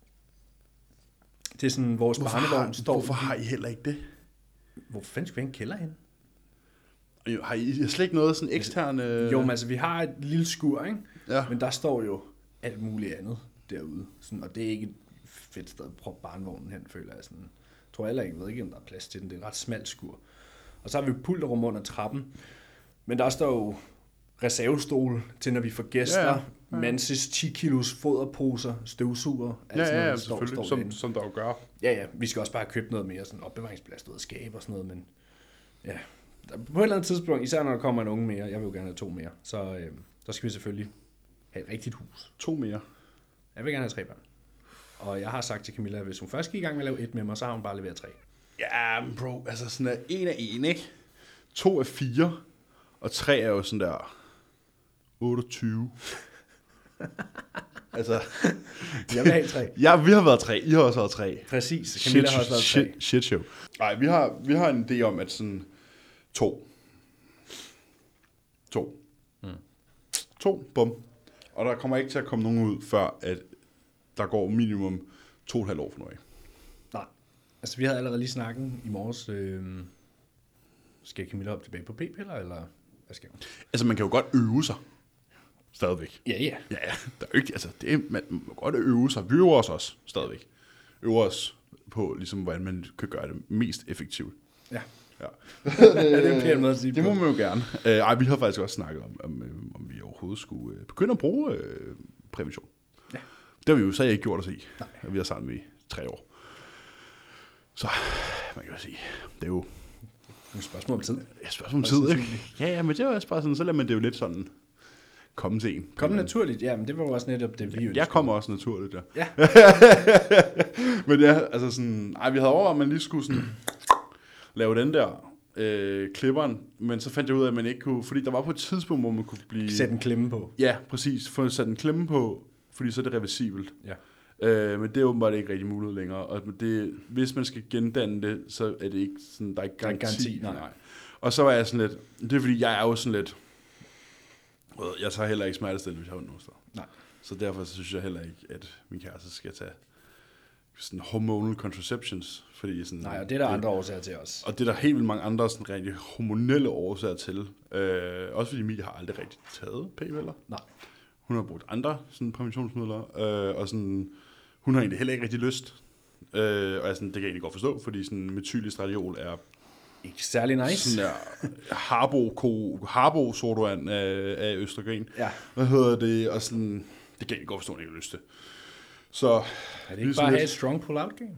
Speaker 1: Det er sådan, vores
Speaker 2: Hvorfor
Speaker 1: barnevogn
Speaker 2: har,
Speaker 1: står...
Speaker 2: hvorfor har I heller ikke det?
Speaker 1: Hvor fanden skal vi have en kælder hen?
Speaker 2: Har I slet ikke noget sådan ekstern... Øh...
Speaker 1: Jo, men altså, vi har et lille skur, ikke?
Speaker 2: Ja.
Speaker 1: Men der står jo alt muligt andet derude. Sådan, og det er ikke fedt sted at proppe barnvognen hen, føler jeg sådan. Jeg tror heller ikke, jeg ved ikke, om der er plads til den. Det er en ret smal skur. Og så har vi pulterrum under trappen. Men der står jo reservestol til, når vi får gæster. Ja, ja. Ja. Mansis ti kilos foderposer, støvsuger.
Speaker 2: Ja, ja, ja, ja selvfølgelig, står som, som der jo gør.
Speaker 1: Ja, ja, vi skal også bare købe noget mere sådan opbevaringsplads, ud af skab og sådan noget, men ja, der, på et eller andet tidspunkt, især når der kommer en unge mere, jeg vil jo gerne have to mere, så øh, der skal vi selvfølgelig have et rigtigt hus.
Speaker 2: To mere?
Speaker 1: Jeg vil gerne have tre børn. Og jeg har sagt til Camilla, at hvis hun først gik i gang med at lave et med mig, så har hun bare leveret tre.
Speaker 2: Ja, men bro, altså sådan der, en er en, ikke? To er fire, og tre er jo sådan der otteogtyve. Altså,
Speaker 1: jeg vil have tre.
Speaker 2: Ja, vi har været tre. I har også været tre.
Speaker 1: Præcis. Camilla
Speaker 2: shit,
Speaker 1: har også været
Speaker 2: shit,
Speaker 1: tre.
Speaker 2: Shit show. Nej, vi har, vi har en idé om, at sådan to. To. Mm. To, bum. Og der kommer ikke til at komme nogen ud, før at der går minimum to og et halvt år for noget.
Speaker 1: Nej. Altså, vi havde allerede lige snakken i morges. Øh, skal Camilla op tilbage på p-piller, eller hvad skal hun?
Speaker 2: Altså, man kan jo godt øve sig. Stadigvæk.
Speaker 1: Ja, ja.
Speaker 2: Ja, ja. Der er jo ikke, altså, det er, man må godt øve sig. Vi øver os også stadigvæk. Øver os på, ligesom, hvordan man kan gøre det mest effektivt.
Speaker 1: Ja.
Speaker 2: Ja.
Speaker 1: Det er en pæn måde at sige
Speaker 2: det må man jo gerne. Uh, ej, vi har faktisk også snakket om, om, om vi overhovedet skulle uh, begynde at bruge uh, prævention.
Speaker 1: Ja.
Speaker 2: Det har vi jo så ikke gjort os i.
Speaker 1: Nej.
Speaker 2: Vi har sammen i tre år. Så, man kan jo sige, det er jo...
Speaker 1: Et spørgsmål om tid.
Speaker 2: Ja, spørgsmål om tid, ikke? Ja, ja, men det er også bare sådan, så lader man det jo lidt sådan... Komme til en.
Speaker 1: Komme naturligt, ja, men det var jo også netop det, vi ønskede.
Speaker 2: Jeg kommer også naturligt, ja.
Speaker 1: Ja.
Speaker 2: Men ja, altså sådan, ej, vi havde over, at man lige skulle sådan, lave den der øh, klipperen, men så fandt jeg ud af, at man ikke kunne, fordi der var på et tidspunkt, hvor man kunne blive...
Speaker 1: Sætte en klemme på.
Speaker 2: Ja, præcis, få sat en klemme på, fordi så er det reversibelt.
Speaker 1: Ja.
Speaker 2: Øh, men det er åbenbart ikke rigtig muligt længere, og det, hvis man skal gendanne det, så er det ikke sådan, der er ikke garanti.
Speaker 1: garanti nej.
Speaker 2: nej. Og så var jeg sådan lidt, det er fordi, jeg er jo sådan lidt... Jeg tager heller ikke smertestillende, hvis jeg har ondt nogen steder.
Speaker 1: Nej.
Speaker 2: Så derfor så synes jeg heller ikke, at min kæreste skal tage sådan hormonal contraceptions. Fordi sådan,
Speaker 1: Nej, og det er der det, andre årsager til også.
Speaker 2: Og det er der helt vildt mange andre sådan rigtig hormonelle årsager til. Øh, også fordi Emilie har aldrig rigtig taget p-piller.
Speaker 1: Nej.
Speaker 2: Hun har brugt andre sådan, præventionsmidler. Øh, og sådan, hun har egentlig heller ikke rigtig lyst. Øh, og sådan, det kan jeg egentlig godt forstå, fordi sådan, metylestradiol er
Speaker 1: ikke særlig nice.
Speaker 2: Sådan der harbo, harbo sortuan af, af østrogen.
Speaker 1: Ja.
Speaker 2: Hvad hedder det? Og sådan, det kan jeg godt forstå, at jeg ikke har lyst til. Så,
Speaker 1: er det ikke bare at have et strong pull-out game?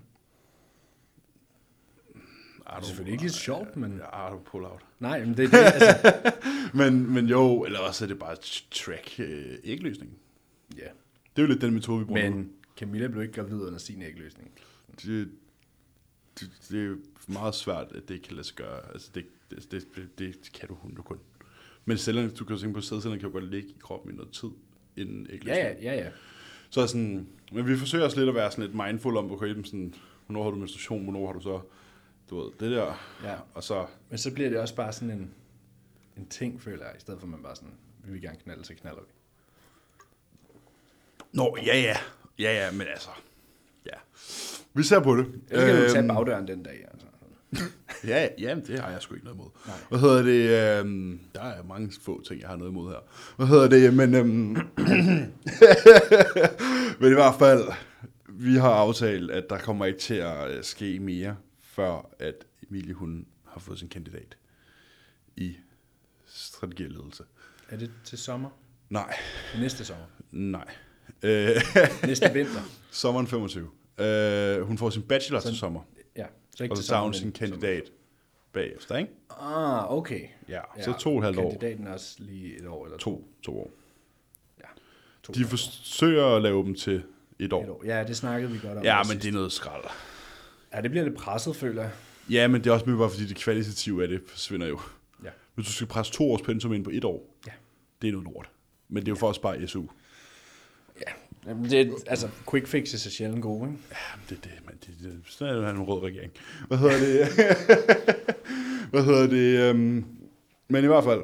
Speaker 1: Det er selvfølgelig ikke lige sjovt, men...
Speaker 2: Ja, du pull-out.
Speaker 1: Nej, men det er det, altså...
Speaker 2: men, men jo, eller også er det bare track øh, ægløsning.
Speaker 1: Ja.
Speaker 2: Det er jo lidt den metode, vi bruger.
Speaker 1: Men Camilla blev ikke gravid under sin ægløsning.
Speaker 2: Det, det, det er meget svært, at det ikke kan lade sig gøre. Altså, det, det, det, det, det kan du hun jo kun. Men cellerne, du kan jo tænke på, at sædcellerne kan jo godt ligge i kroppen i noget tid, inden ægløsning.
Speaker 1: Ja, ja, ja, ja.
Speaker 2: Så sådan, men vi forsøger også lidt at være sådan lidt mindful om, okay, sådan, hvornår har du menstruation, hvornår har du så, du ved, det der.
Speaker 1: Ja.
Speaker 2: Og så...
Speaker 1: Men så bliver det også bare sådan en, en ting, føler jeg, i stedet for at man bare sådan, vil vi gerne knalde, så knaller vi.
Speaker 2: Nå, ja, ja. Ja, ja, men altså, ja. Vi ser på det.
Speaker 1: Jeg skal øhm, tage bagdøren den dag, altså.
Speaker 2: ja, ja, det har jeg sgu ikke noget imod. Nej. Hvad hedder det? Øhm, der er mange få ting, jeg har noget imod her. Hvad hedder det? Men, øhm, men i hvert fald, vi har aftalt, at der kommer ikke til at ske mere, før at Emilie, hun har fået sin kandidat i strategiledelse.
Speaker 1: Er det til sommer?
Speaker 2: Nej.
Speaker 1: Næste sommer?
Speaker 2: Nej.
Speaker 1: Næste vinter?
Speaker 2: Sommeren femogtyve. Uh, hun får sin bachelor så, til sommer.
Speaker 1: Ja. Så ikke
Speaker 2: og så tager hun sin kandidat sommer. Bagefter, ikke?
Speaker 1: Ah, okay.
Speaker 2: Ja, så ja, to og et halvt år.
Speaker 1: Kandidaten er også lige et år eller
Speaker 2: to. To, to år.
Speaker 1: Ja. To
Speaker 2: De forsøger år. at lave dem til et år.
Speaker 1: et år. Ja, det snakkede vi godt om.
Speaker 2: Ja, men sidst. Det er noget skrald.
Speaker 1: Ja, det bliver lidt presset, føler jeg.
Speaker 2: Ja, men det er også mere bare, fordi det kvalitative af det forsvinder jo.
Speaker 1: Ja.
Speaker 2: Hvis du skal presse to års pensum ind på et år,
Speaker 1: ja.
Speaker 2: Det er noget lort. Men det er jo for at spare S U.
Speaker 1: Ja, det, altså, quick fixes er sjældent gode, ikke?
Speaker 2: Ja, det er det, man. Det, det, sådan er en rød regering. Hvad hedder det? Hvad hedder det? Um, men i hvert fald,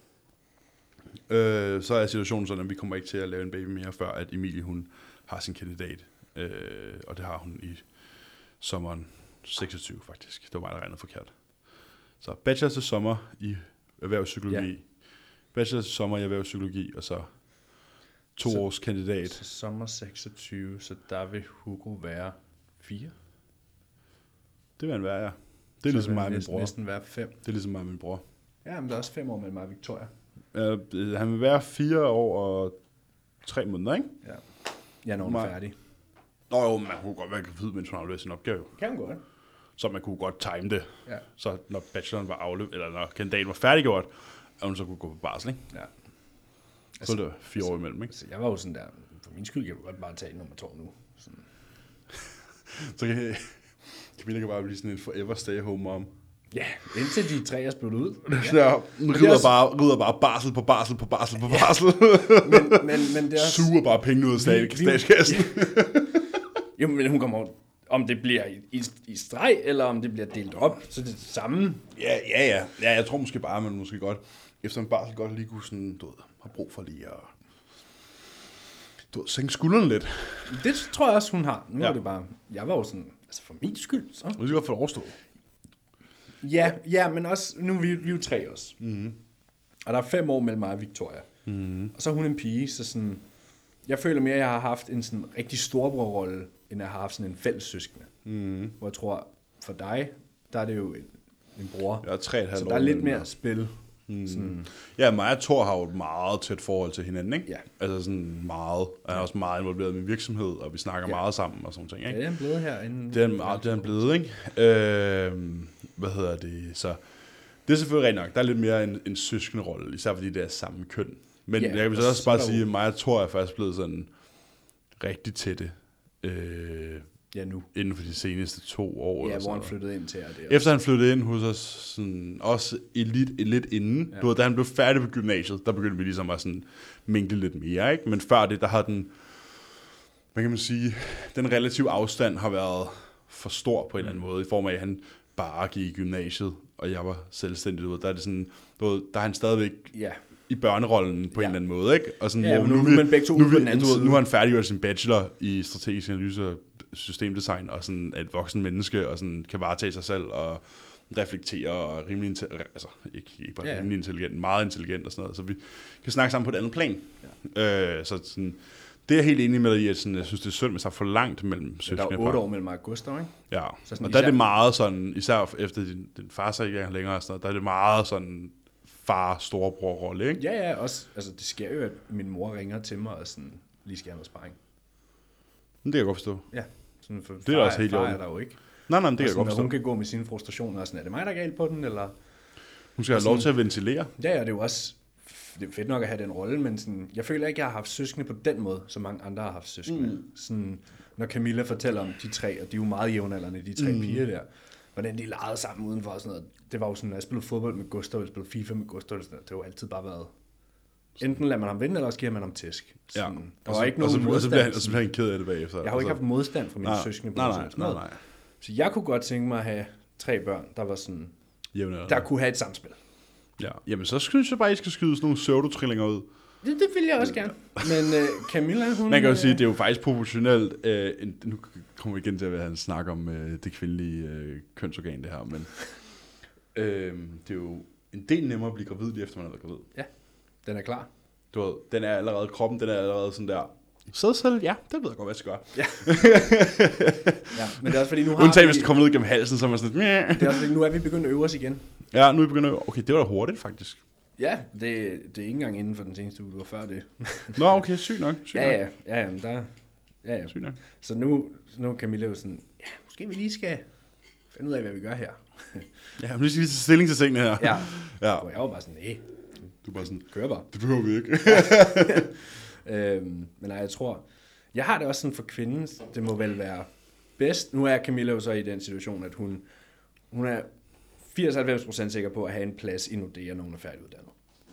Speaker 2: øh, så er situationen sådan, at vi kommer ikke til at lave en baby mere, før at Emilie, hun har sin kandidat. Øh, og det har hun i sommeren seksogtyve, faktisk. Det var mig, der regnede forkert. Så bachelor til sommer i erhvervspsykologi. Ja. Bachelor til sommer i erhvervspsykologi, og så to
Speaker 1: Så-
Speaker 2: års kandidat.
Speaker 1: Så sommer seksogtyve, så der vil Hugo være fire.
Speaker 2: Det vil han være, ja. Det er ligesom mig og min
Speaker 1: næsten,
Speaker 2: bror.
Speaker 1: næsten være fem.
Speaker 2: Det er ligesom mig og min bror.
Speaker 1: Ja, men der er også fem år mellem mig og Victoria.
Speaker 2: Uh, han vil være fire år og tre måneder, ikke?
Speaker 1: Ja. Ja, når hun er
Speaker 2: Mig-
Speaker 1: færdig.
Speaker 2: Nå jo, man kunne godt være gravid, mens hun afleverer sin opgave.
Speaker 1: Kan hun godt.
Speaker 2: Så man kunne godt time det.
Speaker 1: Ja.
Speaker 2: Så når bacheloren var afleveret, eller når kandidaten var færdiggjort, at hun så kunne gå på barsel, ikke?
Speaker 1: Ja.
Speaker 2: Så er det fire år imellem, ikke?
Speaker 1: Så jeg var jo sådan der, for min skyld kan jeg godt bare tage nummer to nu. Sådan.
Speaker 2: Så kan Camilla kan bare blive sådan en forever stay home mom.
Speaker 1: Ja, indtil de tre er spillet ud.
Speaker 2: Ja, rider,
Speaker 1: også-
Speaker 2: bare, rider bare barsel på barsel på barsel på barsel.
Speaker 1: men, men, men det er også...
Speaker 2: Suger bare pengene ud af stat,
Speaker 1: Vi- vi-
Speaker 2: statskassen.
Speaker 1: Jo, men hun kommer over, om det bliver i, i, i streg, eller om det bliver delt op, så det er det samme.
Speaker 2: Ja, ja, ja. Ja, jeg tror måske bare, at man måske godt, efter en barsel godt lige kunne sådan, du ved, har brug for lige at, du ved, sænke skuldrene lidt.
Speaker 1: Det tror jeg også, hun har. Nu
Speaker 2: Ja.
Speaker 1: ja. er det bare... Jeg var jo sådan... Altså for min skyld, så...
Speaker 2: Det skal godt få det overstået.
Speaker 1: Ja, ja, men også... Nu er vi, vi er jo tre også.
Speaker 2: Mm-hmm.
Speaker 1: Og der er fem år mellem mig og Victoria.
Speaker 2: Mm-hmm.
Speaker 1: Og så er hun en pige, så sådan... Jeg føler mere, at jeg har haft en sådan rigtig storbrorrolle, end jeg har haft sådan en fælles søskende.
Speaker 2: Mm-hmm.
Speaker 1: Hvor jeg tror, for dig, der er det jo en, en bror.
Speaker 2: Jeg er tre og et halvt
Speaker 1: Så
Speaker 2: år
Speaker 1: der er lidt
Speaker 2: mellem
Speaker 1: mere
Speaker 2: jer.
Speaker 1: spil.
Speaker 2: Mm.
Speaker 1: Sådan,
Speaker 2: Ja, mig og Thor har jo et meget tæt forhold til hinanden, ikke?
Speaker 1: Ja.
Speaker 2: Altså sådan meget. Jeg er også meget involveret i min virksomhed, og vi snakker
Speaker 1: Ja.
Speaker 2: meget sammen og sådan ting,
Speaker 1: ja,
Speaker 2: ikke?
Speaker 1: det er blevet her inden...
Speaker 2: Det er, meget, det er han blevet, ikke? Øh, hvad hedder det? Så det er selvfølgelig rigtigt nok. Der er lidt mere en, en søskenderolle, især fordi det er samme køn. Men
Speaker 1: Ja,
Speaker 2: jeg vil
Speaker 1: og
Speaker 2: så også
Speaker 1: så er
Speaker 2: bare
Speaker 1: der
Speaker 2: sige,
Speaker 1: jo-
Speaker 2: at mig og Thor er faktisk blevet sådan rigtig tætte øh,
Speaker 1: Ja, nu.
Speaker 2: inden for de seneste to år.
Speaker 1: Ja,
Speaker 2: eller
Speaker 1: hvor
Speaker 2: sådan
Speaker 1: han
Speaker 2: noget.
Speaker 1: flyttede ind til jer. Det
Speaker 2: Efter han flyttede ind hos os, sådan, også lidt, lidt inden,
Speaker 1: Ja.
Speaker 2: ja. du ved, da han blev færdig på gymnasiet, der begyndte vi ligesom at sådan, minkle lidt mere, ikke? Men før det, der har den, hvad kan man sige, den relative afstand har været for stor på en eller anden måde, i form af, at han bare gik i gymnasiet, og jeg var selvstændig, du ved, der er det sådan, du ved, der er han stadigvæk
Speaker 1: Ja,
Speaker 2: i børnerollen på ja.
Speaker 1: Ja.
Speaker 2: en eller anden måde, ikke? Og sådan,
Speaker 1: Ja,
Speaker 2: hvor
Speaker 1: men nu er
Speaker 2: vi-
Speaker 1: man begge to
Speaker 2: nu,
Speaker 1: ude
Speaker 2: vi-
Speaker 1: på den anden
Speaker 2: du ved,
Speaker 1: side.
Speaker 2: nu har han færdiggjort sin bachelor i strategisk analyse og systemdesign, og sådan er et voksen menneske, og sådan kan varetage sig selv, og reflektere, og er rimelig, inte- altså ikke, ikke bare
Speaker 1: Ja,
Speaker 2: ja.
Speaker 1: ja.
Speaker 2: rimelig intelligent, meget intelligent og sådan noget, så vi kan snakke sammen på et andet plan. Ja. Øh, så sådan, det er jeg helt enig med dig i, at sådan, jeg synes, det er synd, hvis der er for langt mellem
Speaker 1: der
Speaker 2: søskende.
Speaker 1: er otte år mellem mig og Gustav, ikke?
Speaker 2: Ja,
Speaker 1: Så sådan
Speaker 2: og der er
Speaker 1: især-
Speaker 2: det meget sådan, især efter din, din far så ikke er længere, og sådan noget, der er det meget sådan far-storebror-rolle, ikke?
Speaker 1: Ja, ja, også. Altså, det sker jo, at min mor ringer til mig og sådan, lige skal have noget sparring.
Speaker 2: Men det kan jeg godt forstå.
Speaker 1: Ja. Sådan, for
Speaker 2: Det er
Speaker 1: far,
Speaker 2: også helt i
Speaker 1: far
Speaker 2: orden.
Speaker 1: er der jo ikke.
Speaker 2: Nej, nej, men det kan
Speaker 1: Og
Speaker 2: jeg
Speaker 1: sådan,
Speaker 2: godt
Speaker 1: og
Speaker 2: forstå.
Speaker 1: hun kan gå med sine frustrationer og sådan, er det mig, der er galt på den, eller...
Speaker 2: Hun skal have lov til at ventilere.
Speaker 1: Ja, ja, det er jo også det er fedt nok at have den rolle, men sådan, jeg føler ikke, jeg har haft søskende på den måde, som mange andre har haft søskende. Mm. Sådan, når Camilla fortæller om de tre, og de er jo meget jævnaldrende, de tre mm. piger der, hvordan de legede sammen udenfor og sådan noget. Det var jo sådan, at jeg spillede fodbold med Gustav, jeg spillede FIFA med Gustav, sådan noget. Det har jo altid bare været... Enten lader man ham vinde, eller også giver man ham tæsk. Sådan,
Speaker 2: Ja.
Speaker 1: Der
Speaker 2: Og
Speaker 1: var
Speaker 2: så-
Speaker 1: ikke
Speaker 2: og så,
Speaker 1: nogen
Speaker 2: og så bliver han,
Speaker 1: modstand.
Speaker 2: og så bliver han ked af det bagefter.
Speaker 1: Jeg har jo ikke
Speaker 2: altså.
Speaker 1: haft modstand fra mine
Speaker 2: Nej,
Speaker 1: søskende. på
Speaker 2: nej,
Speaker 1: noget
Speaker 2: nej,
Speaker 1: sådan
Speaker 2: nej,
Speaker 1: noget.
Speaker 2: nej.
Speaker 1: Så jeg kunne godt tænke mig at have tre børn, der var sådan,
Speaker 2: Jævnaldrende.
Speaker 1: der kunne have et samspil.
Speaker 2: Ja. Jamen, så synes jeg bare, I skal skyde sådan nogle pseudo-trillinger ud.
Speaker 1: Det, det vil jeg også gerne. Men uh, Camilla, hun...
Speaker 2: Man kan jo
Speaker 1: øh,
Speaker 2: sige, at det er jo faktisk proportionelt. Øh, en, nu kommer vi igen til at have en snak om øh, det kvindelige øh, kønsorgan, det her. Men øh, det er jo en del nemmere at blive gravid, lige efter man har været gravid.
Speaker 1: Ja, den er klar.
Speaker 2: Du ved, den er allerede, kroppen den er allerede sådan der. Sædcelle, ja, det ved jeg godt, hvad jeg skal gøre.
Speaker 1: Ja. Ja, men det er også fordi, nu har
Speaker 2: Undtagen,
Speaker 1: vi...
Speaker 2: hvis det kommer ud gennem halsen, så er man sådan, Meh.
Speaker 1: Det er også fordi, nu er vi begyndt at øve os igen.
Speaker 2: Ja, nu er vi begyndt at, okay, det var da hurtigt, faktisk.
Speaker 1: Ja, det, det er ikke engang inden for den seneste uge, det var før det.
Speaker 2: Nå, okay, sygt nok. Sygt
Speaker 1: Ja,
Speaker 2: nok.
Speaker 1: ja, ja, ja, men der... Ja, ja.
Speaker 2: Sygt nok.
Speaker 1: Så nu, nu er Camilla jo sådan, ja, måske vi lige skal finde ud af, hvad vi gør her.
Speaker 2: Ja, men nu skal vi tage stilling til tingene her.
Speaker 1: Ja,
Speaker 2: Ja.
Speaker 1: og jeg var bare sådan, nej,
Speaker 2: Du er bare sådan,
Speaker 1: kør bare.
Speaker 2: det behøver vi ikke.
Speaker 1: Øhm, men nej, jeg tror, jeg har det også sådan for kvinden, det må vel være bedst. Nu er Camilla jo så i den situation, at hun, hun er firs til halvfems procent sikker på at have en plads i Nordea, når hun er færdiguddannet.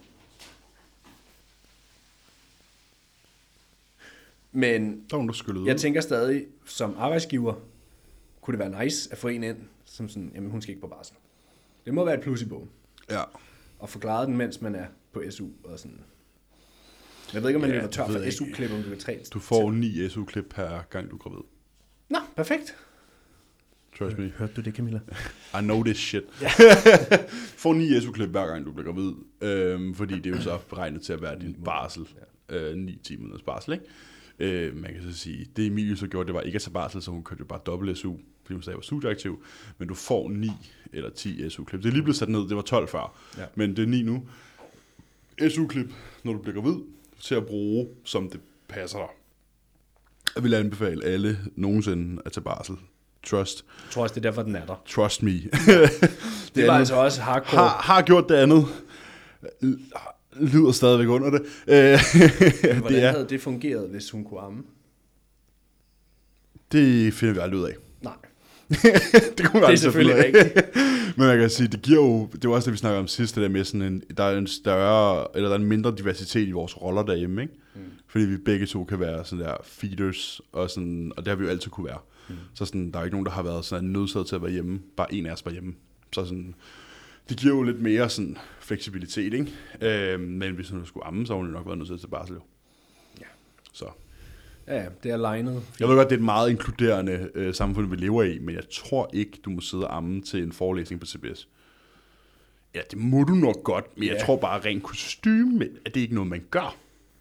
Speaker 1: Men
Speaker 2: Der er nogen, der skyller ud.
Speaker 1: jeg tænker stadig, som arbejdsgiver, kunne det være nice at få en ind, som sådan, jamen hun skal ikke på barsel. Det må være et plus i bogen.
Speaker 2: Ja.
Speaker 1: Og forklare den, mens man er på S U og sådan. Jeg ved ikke, om man
Speaker 2: Ja,
Speaker 1: løber
Speaker 2: det
Speaker 1: tør
Speaker 2: ved
Speaker 1: for
Speaker 2: jeg
Speaker 1: S U-klip, om du kan træne.
Speaker 2: Du får ni S U-klip per gang, du er gravid.
Speaker 1: Nå, perfekt.
Speaker 2: Trust me.
Speaker 1: Hørte du det, Camilla?
Speaker 2: I know this shit. Få ni S U-klip hver gang, du bliver gravid. Øhm, fordi det er jo så beregnet til at være din barsel. Øh, ni timer barsel, ikke? Øh, man kan så sige, det Emilie så gjorde, det var ikke at tage barsel, så hun kørte jo bare dobbelt S U, fordi hun stadig var studieaktiv. Men du får ni eller ti S U-klip. Det er lige blevet sat ned, det var tolv før. Ja. Men det er ni nu. S U-klip, når du bliver gravid, til at bruge, som det passer dig. Jeg vil anbefale alle nogensinde at tage barsel. Trust.
Speaker 1: Jeg tror også, det er derfor, den er der.
Speaker 2: Trust me.
Speaker 1: det, det var andet, altså også hardcore.
Speaker 2: Har, har gjort det andet. Lyder stadigvæk under det.
Speaker 1: Hvordan det er, havde det fungeret, hvis hun kunne amme?
Speaker 2: Det finder vi aldrig ud af.
Speaker 1: Nej.
Speaker 2: det kunne vi
Speaker 1: det er selvfølgelig rigtigt.
Speaker 2: Men man kan sige, det giver jo, det var også det, vi snakkede om sidst, det der med sådan en, der er en større, eller der er en mindre diversitet i vores roller derhjemme, ikke? Mm. Fordi vi begge to kan være sådan der feeders, og, sådan, og det har vi jo altid kunne være. Mm. Så sådan, der er ikke nogen, der har været sådan nødsaget til at være hjemme, bare en af os var hjemme. Så sådan, det giver jo lidt mere sådan fleksibilitet, ikke? Øh, men hvis hun skulle amme, så har hun nok været nødt til barsel. Ja. Så.
Speaker 1: Ja, det er legnet.
Speaker 2: Jeg ved godt, det er et meget inkluderende øh, samfund, vi lever i, men jeg tror ikke, du må sidde og amme til en forelæsning på C B S. Ja, det må du nok godt, men ja. Jeg tror bare, rent kostyme, at det ikke er noget, man gør.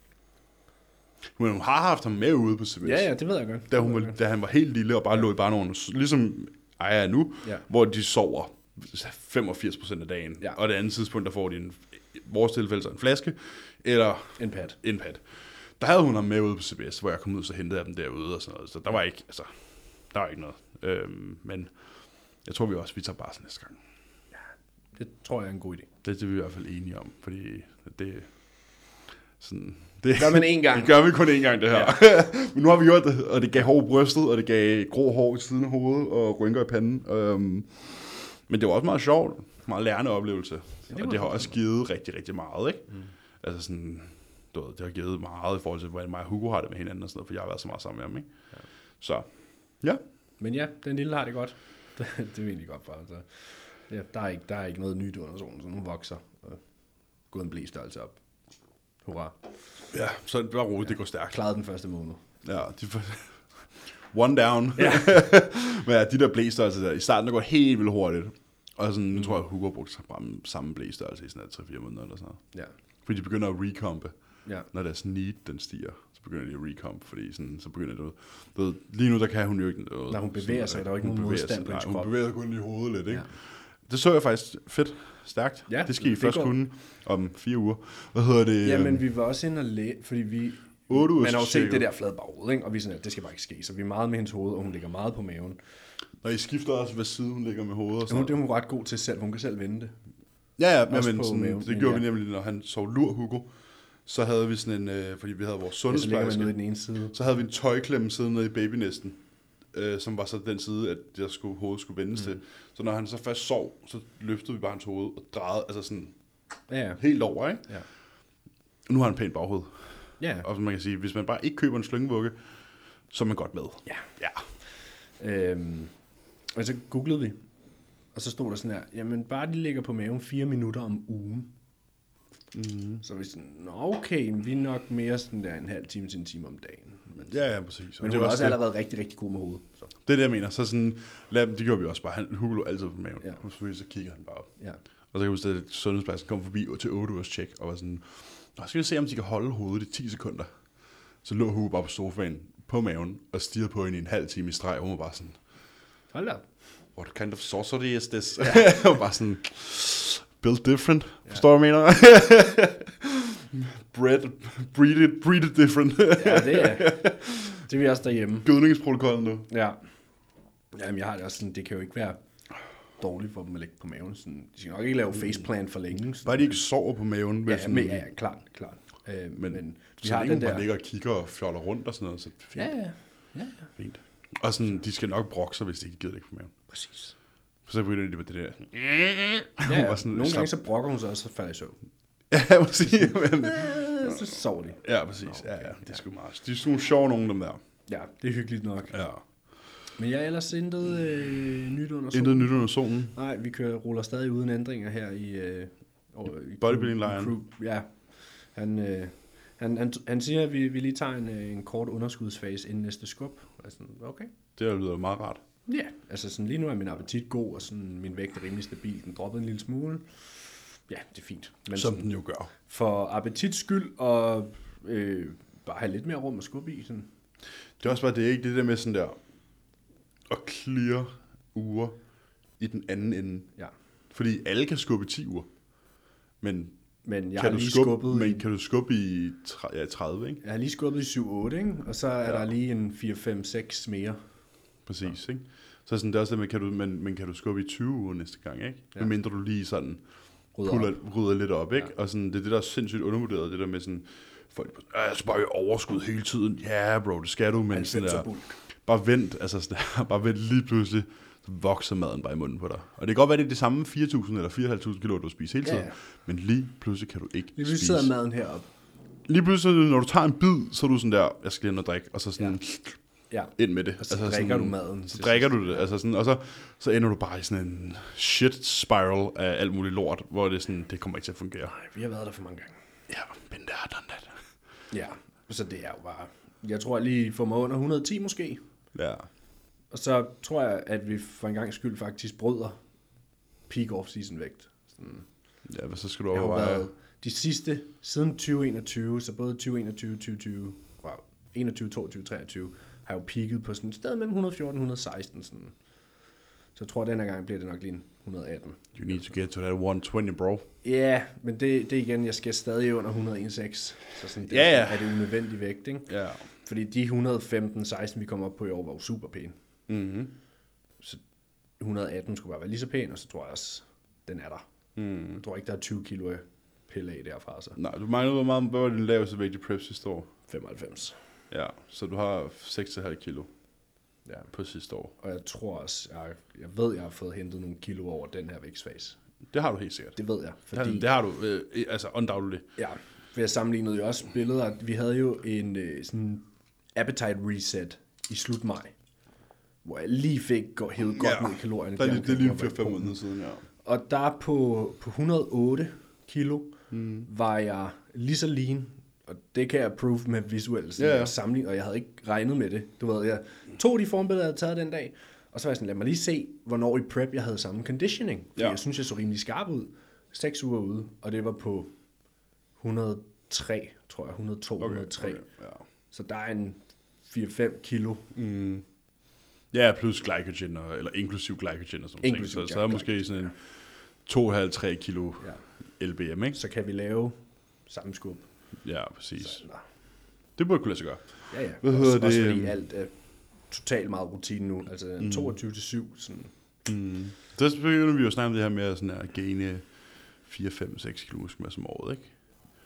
Speaker 2: Men hun har haft ham med ude på C B S.
Speaker 1: Ja, ja, det ved jeg godt.
Speaker 2: Da, hun var, da han var helt lille og bare ja. lå i barnevognen, ligesom Aya er nu, ja. Hvor de sover femogfirs procent af dagen. Ja. Og det andet tidspunkt, der får de en, i vores tilfælde så en flaske, eller
Speaker 1: en pad.
Speaker 2: En pad. Der havde hun ham med ude på C B S, hvor jeg kom ud, så hentede jeg dem derude og sådan noget. Så der var ikke, altså, der var ikke noget. Øhm, men jeg tror vi også, vi tager barsel næste gang.
Speaker 1: Ja, det tror jeg er en god idé.
Speaker 2: Det, det er vi i hvert fald enige om, fordi det sådan... Det
Speaker 1: gør man én gang.
Speaker 2: Det gør vi kun én gang, det her. Ja. Men nu har vi gjort det, og det gav hår i brystet, og det gav grå hår i siden af hovedet, og rynker i panden. Øhm, men det var også meget sjovt, meget lærende oplevelse. Ja, det og det har også givet rigtig, rigtig meget, ikke? Mm. Altså sådan... Det har givet meget i forhold til, hvordan mig og Hugo har det med hinanden og sådan noget, for jeg har været så meget sammen med ham, ikke? Ja. Så, ja.
Speaker 1: Men ja, den lille har det godt. det er egentlig godt for altså. Ja, der, er ikke, der er ikke noget nyt under solen, så nu vokser og gået en blæstørrelse op. Hurra.
Speaker 2: Ja, så det var roligt, ja. Det går stærkt.
Speaker 1: Klarede den første måned.
Speaker 2: Ja, de one down. Ja. Men ja, de der blæstørrelser der, i starten der går helt vildt hurtigt. Og sådan, nu mm. tror jeg, Hugo har brugt samme blæstørrelse i sådan tre fire måneder eller sådan noget. Ja. Fordi de begynder at recompe. Ja. Når deres need, den stiger, så begynder de at recomp, fordi sådan, så begynder det, ved, lige nu, der kan hun jo ikke noget.
Speaker 1: Når hun bevæger sig, der er jo ikke nogen modstand på hendes krop.
Speaker 2: Hun bevæger kun i hovedet lidt, ikke? Ja. Det så jeg faktisk fedt, stærkt. Ja, det skal I først går... kunne om fire uger. Hvad hedder det?
Speaker 1: Jamen, vi var også inde og læge, fordi vi...
Speaker 2: otte uger.
Speaker 1: Man har jo set det der flade baghoved, ikke? Og vi sådan, at det skal bare ikke ske. Så vi er meget med hendes hoved, og hun ligger meget på maven.
Speaker 2: Og I skifter også, hvad side hun ligger med hovedet og sådan.
Speaker 1: Ja, det er hun ret god til selv. Hun kan selv vende det.
Speaker 2: Ja, ja, men sådan, maven, det gjorde ja. vi nemlig, når han sov lur, Hugo. Så havde vi sådan en, øh, fordi vi havde vores sundhedsplejerske,
Speaker 1: ja, så, i den ene side.
Speaker 2: Så havde vi en tøjklemme siddende nede i babynæsten, øh, som var så den side, at jeg skulle, hovedet skulle vendes mm. til. Så når han så først sov, så løftede vi bare hans hoved og drejede, altså sådan ja, ja. helt over, ikke? Ja. Nu har han pænt baghoved. Ja. Og man kan sige, hvis man bare ikke køber en slyngevugge, så er man godt med. Ja.
Speaker 1: Ja. Øhm, og så googlede vi, og så stod der sådan her, jamen bare de ligger på maven fire minutter om ugen. Mm. Så vi sådan, nå okay, vi er nok mere sådan der en halv time til en time om dagen. Men,
Speaker 2: ja, ja, præcis.
Speaker 1: Men hun har også det. allerede rigtig, rigtig god med hovedet. Så.
Speaker 2: Det er det, jeg mener. Så sådan, lad, det gjorde vi også bare. Han Hugo altid på maven. Ja. Og så kigger han bare op. Ja. Og så kan jeg huske, at sundhedspladsen kom forbi til otte ugers tjek, og var sådan, nå, skal vi se, om de kan holde hovedet i ti sekunder. Så lå Hugo bare på sofaen på maven, og stirrede på hende i en halv time i streg, og hun var bare sådan,
Speaker 1: hold da.
Speaker 2: What kind of sorcery is this? Ja. Og bare sådan... Built different. Ja. Forstår du, hvad jeg mener? Bread, breed it, breed it different.
Speaker 1: Ja, det er det er vi også derhjemme.
Speaker 2: Gødningsprotokollen nu.
Speaker 1: Ja. Jamen, jeg har det også sådan, det kan jo ikke være dårligt for dem at ligge på maven. Sådan, de skal nok ikke lave faceplant for længe. Sådan.
Speaker 2: Bare de ikke sover på maven.
Speaker 1: Ja,
Speaker 2: sådan,
Speaker 1: men, ja, klart, klart. Øh,
Speaker 2: men, men vi har den der... man ligger og kigger og fjoller rundt og sådan noget, så det er fint.
Speaker 1: Ja, ja. ja.
Speaker 2: Fint. Og sådan, de skal nok brokke sig, hvis de ikke gider ligge på maven.
Speaker 1: Præcis.
Speaker 2: Så begynder de på det der.
Speaker 1: Ja, ja. Sådan, nogle gange så brokker hun sig også, så falder i søvn.
Speaker 2: Ja, præcis. Men...
Speaker 1: så sover de.
Speaker 2: Ja, præcis. Ja, ja. Det er sgu meget. De er sådan nogle sjove nogen, dem der.
Speaker 1: Ja, det er hyggeligt nok.
Speaker 2: Ja.
Speaker 1: Men jeg er ellers intet øh, nyt under solen.
Speaker 2: Intet nyt under solen?
Speaker 1: Nej, vi kører, ruller stadig uden ændringer her i... Øh,
Speaker 2: i bodybuilding-lejren?
Speaker 1: Ja. Han, øh, han, han, han siger, at vi, vi lige tager en, en kort underskudsfase inden næste skub. Altså, okay.
Speaker 2: Det lyder meget rart.
Speaker 1: Ja, altså sådan, lige nu er min appetit god, og sådan, min vægt er rimelig stabil. Den droppede en lille smule. Ja, det er fint. Men
Speaker 2: Som
Speaker 1: sådan,
Speaker 2: den jo gør.
Speaker 1: For appetits skyld, og øh, bare have lidt mere rum at skubbe i. Sådan.
Speaker 2: Det er også bare det, ikke det der med sådan der at clear uger i den anden ende.
Speaker 1: Ja.
Speaker 2: Fordi alle kan skubbe ti uger. Men
Speaker 1: Men jeg
Speaker 2: kan,
Speaker 1: har
Speaker 2: du
Speaker 1: lige
Speaker 2: skubbe,
Speaker 1: skubbet
Speaker 2: men
Speaker 1: i,
Speaker 2: kan du skubbe i ja, tredive, ikke?
Speaker 1: jeg har lige skubbet i syv otte, ikke? Og så er
Speaker 2: Ja.
Speaker 1: der lige en fire fem seks mere.
Speaker 2: Præcis, ja. Ikke? Så sådan, det er også det med, kan du, men, men kan du skubbe i tyve uger næste gang, ikke?
Speaker 1: Ja.
Speaker 2: Ja. Mindre du lige sådan
Speaker 1: Rydder
Speaker 2: puller,
Speaker 1: op.
Speaker 2: rydder lidt op, ikke?
Speaker 1: Ja.
Speaker 2: Og sådan, det er det, der er sindssygt undervurderet, det der med sådan, folk, jeg skal bare i overskud hele tiden. Ja, bro, det skal du, men sådan der,
Speaker 1: bulk.
Speaker 2: bare vent, altså sådan der, bare vent lige pludselig, så vokser maden bare i munden på dig. Og det kan godt være, det er det samme fire tusind eller fire tusind fem hundrede kilo, du spiser hele tiden,
Speaker 1: Ja, ja.
Speaker 2: men lige pludselig kan du ikke
Speaker 1: Lige pludselig
Speaker 2: spise.
Speaker 1: sidder maden heroppe.
Speaker 2: Lige pludselig, når du tager en bid, så er du sådan der, jeg skal lige have noget drik, og så sådan
Speaker 1: Ja.
Speaker 2: ind med det.
Speaker 1: Og så drikker
Speaker 2: sådan,
Speaker 1: du maden.
Speaker 2: Så drikker du det, altså sådan, og så, så ender du bare i sådan en shit spiral af alt muligt lort, hvor det er sådan, det kommer ikke til at fungere.
Speaker 1: Nej, vi har været der for mange gange.
Speaker 2: Ja, men det er done that.
Speaker 1: Ja, så det er jo bare... Jeg tror, jeg lige får mig under et hundrede og ti måske.
Speaker 2: Ja.
Speaker 1: Og så tror jeg, at vi for en gang skyld faktisk bryder peak off-season vægt. Sådan,
Speaker 2: Ja, hvad så skal du
Speaker 1: jeg har jo
Speaker 2: overveje?
Speaker 1: været de sidste, siden tyve enogtyve, så både tyve enogtyve, tyve tyve, wow, enogtyve, toogtyve, treogtyve, har jeg jo peaket på sådan et sted mellem et hundrede og fjorten og et hundrede og seksten. Sådan. Så jeg tror, at denne gang bliver det nok lige en et hundrede og atten.
Speaker 2: You need to get to that et hundrede og tyve, bro.
Speaker 1: Ja, yeah, men det, det igen, jeg skal stadig under et hundrede og en komma seks. Så sådan, det
Speaker 2: Ja, ja.
Speaker 1: er det unødvendig vægt, ikke?
Speaker 2: Ja.
Speaker 1: Fordi de et hundrede og femten seksten, vi kom op på i år, var jo super pæne.
Speaker 2: Mm-hmm.
Speaker 1: Så et hundrede og atten skulle bare være lige så pæn, og så tror jeg også, den er der.
Speaker 2: Mm.
Speaker 1: Jeg tror ikke, der er tyve kilo af pille af derfra, så
Speaker 2: Nej, du mangler, hvor meget, hvad var din laveste vægt i prep sidste år?
Speaker 1: femoghalvfems.
Speaker 2: Ja, så du har seks komma fem kilo
Speaker 1: Ja.
Speaker 2: på sidste år.
Speaker 1: Og jeg tror også, jeg, jeg ved, jeg har fået hentet nogle kilo over den her vægtsfase.
Speaker 2: Det har du helt sikkert.
Speaker 1: Det ved jeg,
Speaker 2: Fordi...
Speaker 1: fordi...
Speaker 2: Det, det har du, øh, altså undoubtedly.
Speaker 1: Ja, for jeg sammenlignede jo også billeder. Vi havde jo en øh, sådan appetite reset i slut maj, hvor jeg lige fik gå, hævet godt
Speaker 2: Ja.
Speaker 1: ned i kalorierne.
Speaker 2: Det er, lige- det er lige for
Speaker 1: for
Speaker 2: fem måneder siden, ja.
Speaker 1: Og der på, på et hundrede og otte kilo mm. var jeg lige så lean, og det kan jeg prove med visuelt
Speaker 2: Ja, ja.
Speaker 1: og sammenligning, og jeg havde ikke regnet med det. Du ved, jeg tog de formbilleder, jeg havde taget den dag, og så var jeg sådan, lad mig lige se, hvornår i prep jeg havde samme conditioning. Fordi
Speaker 2: Ja.
Speaker 1: jeg synes, jeg så rimelig skarp ud. Seks uger ude, og det var på et hundrede og tre, tror jeg, et hundrede og to, okay, et hundrede og tre.
Speaker 2: Okay, ja.
Speaker 1: Så der er en fire fem kilo.
Speaker 2: Mm. Ja, plus glycogen, og, eller inklusiv glycogen og sådan noget.
Speaker 1: Inklusiv,
Speaker 2: Så,
Speaker 1: ja,
Speaker 2: så er der måske sådan en to komma fem til tre kilo
Speaker 1: Ja.
Speaker 2: L B M, ikke?
Speaker 1: Så kan vi lave samme skub.
Speaker 2: Ja, præcis.
Speaker 1: Så, nå.
Speaker 2: Det burde kunne lade sig gøre.
Speaker 1: Ja, ja.
Speaker 2: Hvad
Speaker 1: også,
Speaker 2: hedder
Speaker 1: også
Speaker 2: det?
Speaker 1: fordi alt er totalt meget rutine nu. Altså mm. toogtyve til syv. Sådan.
Speaker 2: Mm. Så begynder vi jo at snakke om det her med at sådan her, gene fire, fem, seks kilo muskelmasse om året, ikke?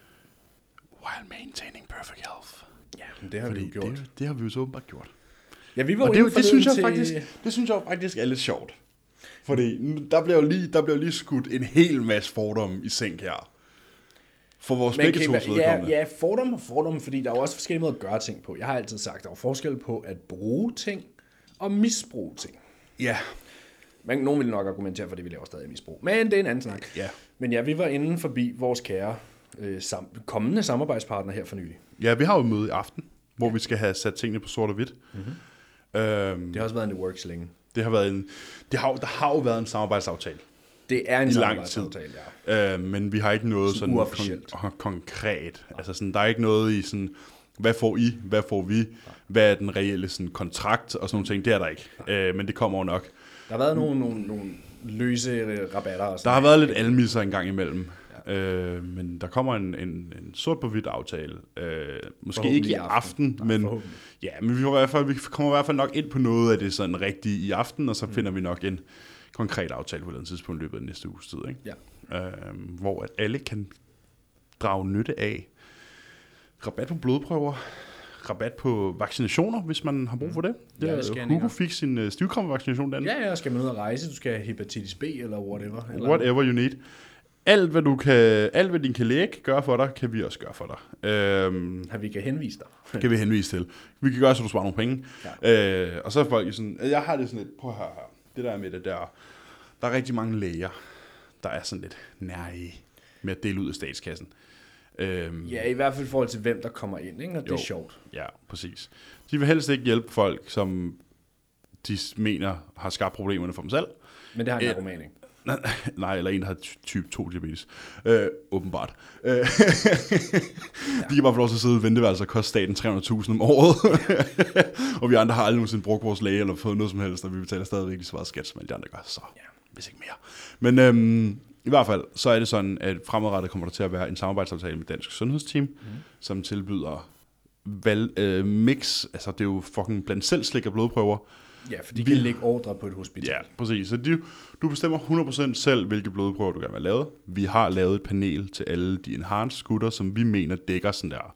Speaker 2: While maintaining perfect health.
Speaker 1: Ja, men det har
Speaker 2: Fordi
Speaker 1: vi jo gjort.
Speaker 2: Det, det har vi jo så åbenbart gjort.
Speaker 1: Ja, vi var
Speaker 2: Og
Speaker 1: jo
Speaker 2: det, er jo-
Speaker 1: inde
Speaker 2: det, synes jeg
Speaker 1: til...
Speaker 2: faktisk, det synes jeg jo faktisk er lidt sjovt. Fordi nu- der bliver jo lige, der bliver jo lige skudt en hel masse fordomme i sænk her. For vores
Speaker 1: Man
Speaker 2: begge
Speaker 1: kan
Speaker 2: to
Speaker 1: være-
Speaker 2: vedkommende.
Speaker 1: Ja, ja, fordom og fordom, fordi der er jo også forskellige måder at gøre ting på. Jeg har altid sagt, der er forskel på at bruge ting og misbruge ting.
Speaker 2: Ja.
Speaker 1: Men nogen vil nok argumentere for det, vi laver stadig misbrug. Men det er en anden snak.
Speaker 2: Ja.
Speaker 1: Men ja, vi var inde forbi vores kære øh, sam- kommende samarbejdspartner her for nylig.
Speaker 2: Ja, vi har jo møde i aften, hvor vi skal have sat tingene på sort og hvidt. Mm-hmm. Øhm,
Speaker 1: Det har også været en works længe.
Speaker 2: det har været en, det har, der har jo været en samarbejdsaftale.
Speaker 1: Det er en
Speaker 2: I lang tid.
Speaker 1: samarbejdsaftale, ja.
Speaker 2: Øh, men vi har ikke noget
Speaker 1: Sådan
Speaker 2: sådan
Speaker 1: uofficielt.
Speaker 2: kon- konkret. Altså sådan, der er ikke noget i sådan, hvad får I, hvad får vi, hvad er den reelle sådan, kontrakt og sådan nogle ting. Det er der ikke. Øh, men det kommer jo nok.
Speaker 1: Der har været nogle, nogle, nogle løse øh, rabatter og
Speaker 2: Der
Speaker 1: sådan
Speaker 2: har været lidt almisser en gang imellem. Ja. Øh, men der kommer en, en, en sort på hvidt aftale. Øh, måske ikke i aften, aften
Speaker 1: Nej,
Speaker 2: men,
Speaker 1: forhåbentlig.
Speaker 2: ja, men vi, får i hvert fald, vi kommer i hvert fald nok ind på noget af det sådan rigtige i aften, og så mm. finder vi nok en konkret aftale på den tidspunkt i løbet af næste uges tid. Ikke?
Speaker 1: Ja.
Speaker 2: Øh, hvor at alle kan drage nytte af rabat på blodprøver, rabat på vaccinationer, hvis man har brug for det. Det er,
Speaker 1: Hjertescanninger.
Speaker 2: Hugo fik sin uh, stivkrampevaccination den.
Speaker 1: Ja, ja, skal man ud og rejse, du skal have hepatitis B eller whatever. Eller
Speaker 2: Whatever you need. Alt hvad, du kan, alt, hvad din kollega kan gøre for dig, kan vi også gøre for dig. Øhm,
Speaker 1: Har vi kan henvise dig.
Speaker 2: kan vi henvise til. Vi kan gøre, så du sparer nogle penge. Ja. Øh, og så er folk jo sådan, jeg har det sådan lidt, prøv at høre her. Det der med det der, der er rigtig mange læger, der er sådan lidt nær med at dele ud af statskassen. Øhm,
Speaker 1: Ja, i hvert fald i forhold til, hvem der kommer ind, ikke? Og det
Speaker 2: Jo.
Speaker 1: er sjovt.
Speaker 2: Ja, præcis. De vil helst ikke hjælpe folk, som de mener har skabt problemerne for dem selv.
Speaker 1: Men det har en narkoman, ikke?
Speaker 2: Nej, eller en, der har type to diabetes. Øh, åbenbart. Øh, ja. De kan bare få lov til at sidde i venteværelser og koste staten tre hundrede tusind om året. Og vi andre har aldrig nogensinde brugt vores læge eller fået noget som helst, og vi betaler stadig rigtig så meget skat, som alle de andre gør. Så ja, hvis ikke mere. Men øhm, i hvert fald, så er det sådan, at fremadrettet kommer der til at være en samarbejdsaftale med Dansk Sundhedsteam, mm. som tilbyder valg, øh, mix, altså det er jo fucking blandt selv slik og blodprøver.
Speaker 1: Ja, for de kan lægge ordre på et hospital.
Speaker 2: Ja, præcis. Så de, du bestemmer hundrede procent selv, hvilke blodprøver du gerne vil have lavet. Vi har lavet et panel til alle de enhanced skutter, som vi mener dækker sådan der.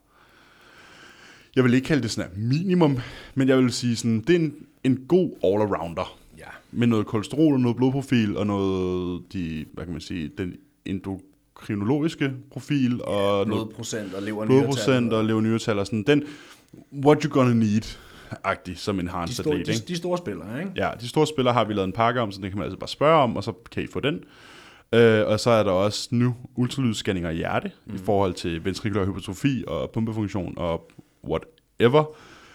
Speaker 2: Jeg vil ikke kalde det sådan der minimum, men jeg vil sige sådan, det er en, en god all-arounder.
Speaker 1: Ja.
Speaker 2: Med noget kolesterol og noget blodprofil og noget, de, hvad kan man sige, den endokrinologiske profil og
Speaker 1: ja,
Speaker 2: noget
Speaker 1: blodprocent og lever
Speaker 2: blodprocent og lever og sådan. Den, what you gonna need agtig som en enhanced
Speaker 1: de, store,
Speaker 2: atlet,
Speaker 1: de,
Speaker 2: ikke?
Speaker 1: de store spillere, ikke?
Speaker 2: Ja, de store spillere har vi lavet en pakke om, så det kan man altså bare spørge om, og så kan I få den. Øh, og så er der også nu ultralydsscanninger i hjerte, mm. i forhold til ventrikulær hypertrofi og pumpefunktion og whatever.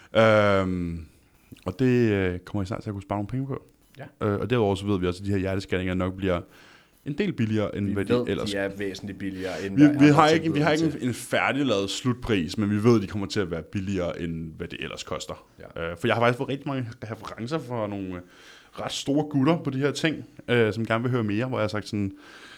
Speaker 2: Øh, og det øh, kommer I snart til at kunne spare nogle penge på.
Speaker 1: Ja.
Speaker 2: Øh, og derudover så ved vi også, at de her hjertescanninger nok bliver en del billigere, end
Speaker 1: vi
Speaker 2: hvad
Speaker 1: ved,
Speaker 2: de ellers.
Speaker 1: de er væsentligt billigere, end
Speaker 2: vi,
Speaker 1: hvad
Speaker 2: vi har ikke, vi har ikke en, en færdiglavet slutpris, men vi ved, at de kommer til at være billigere, end hvad det ellers koster. Ja. Øh, for jeg har faktisk fået rigtig mange referencer fra nogle øh, ret store gutter på de her ting, øh, som gerne vil høre mere, hvor jeg har sagt sådan,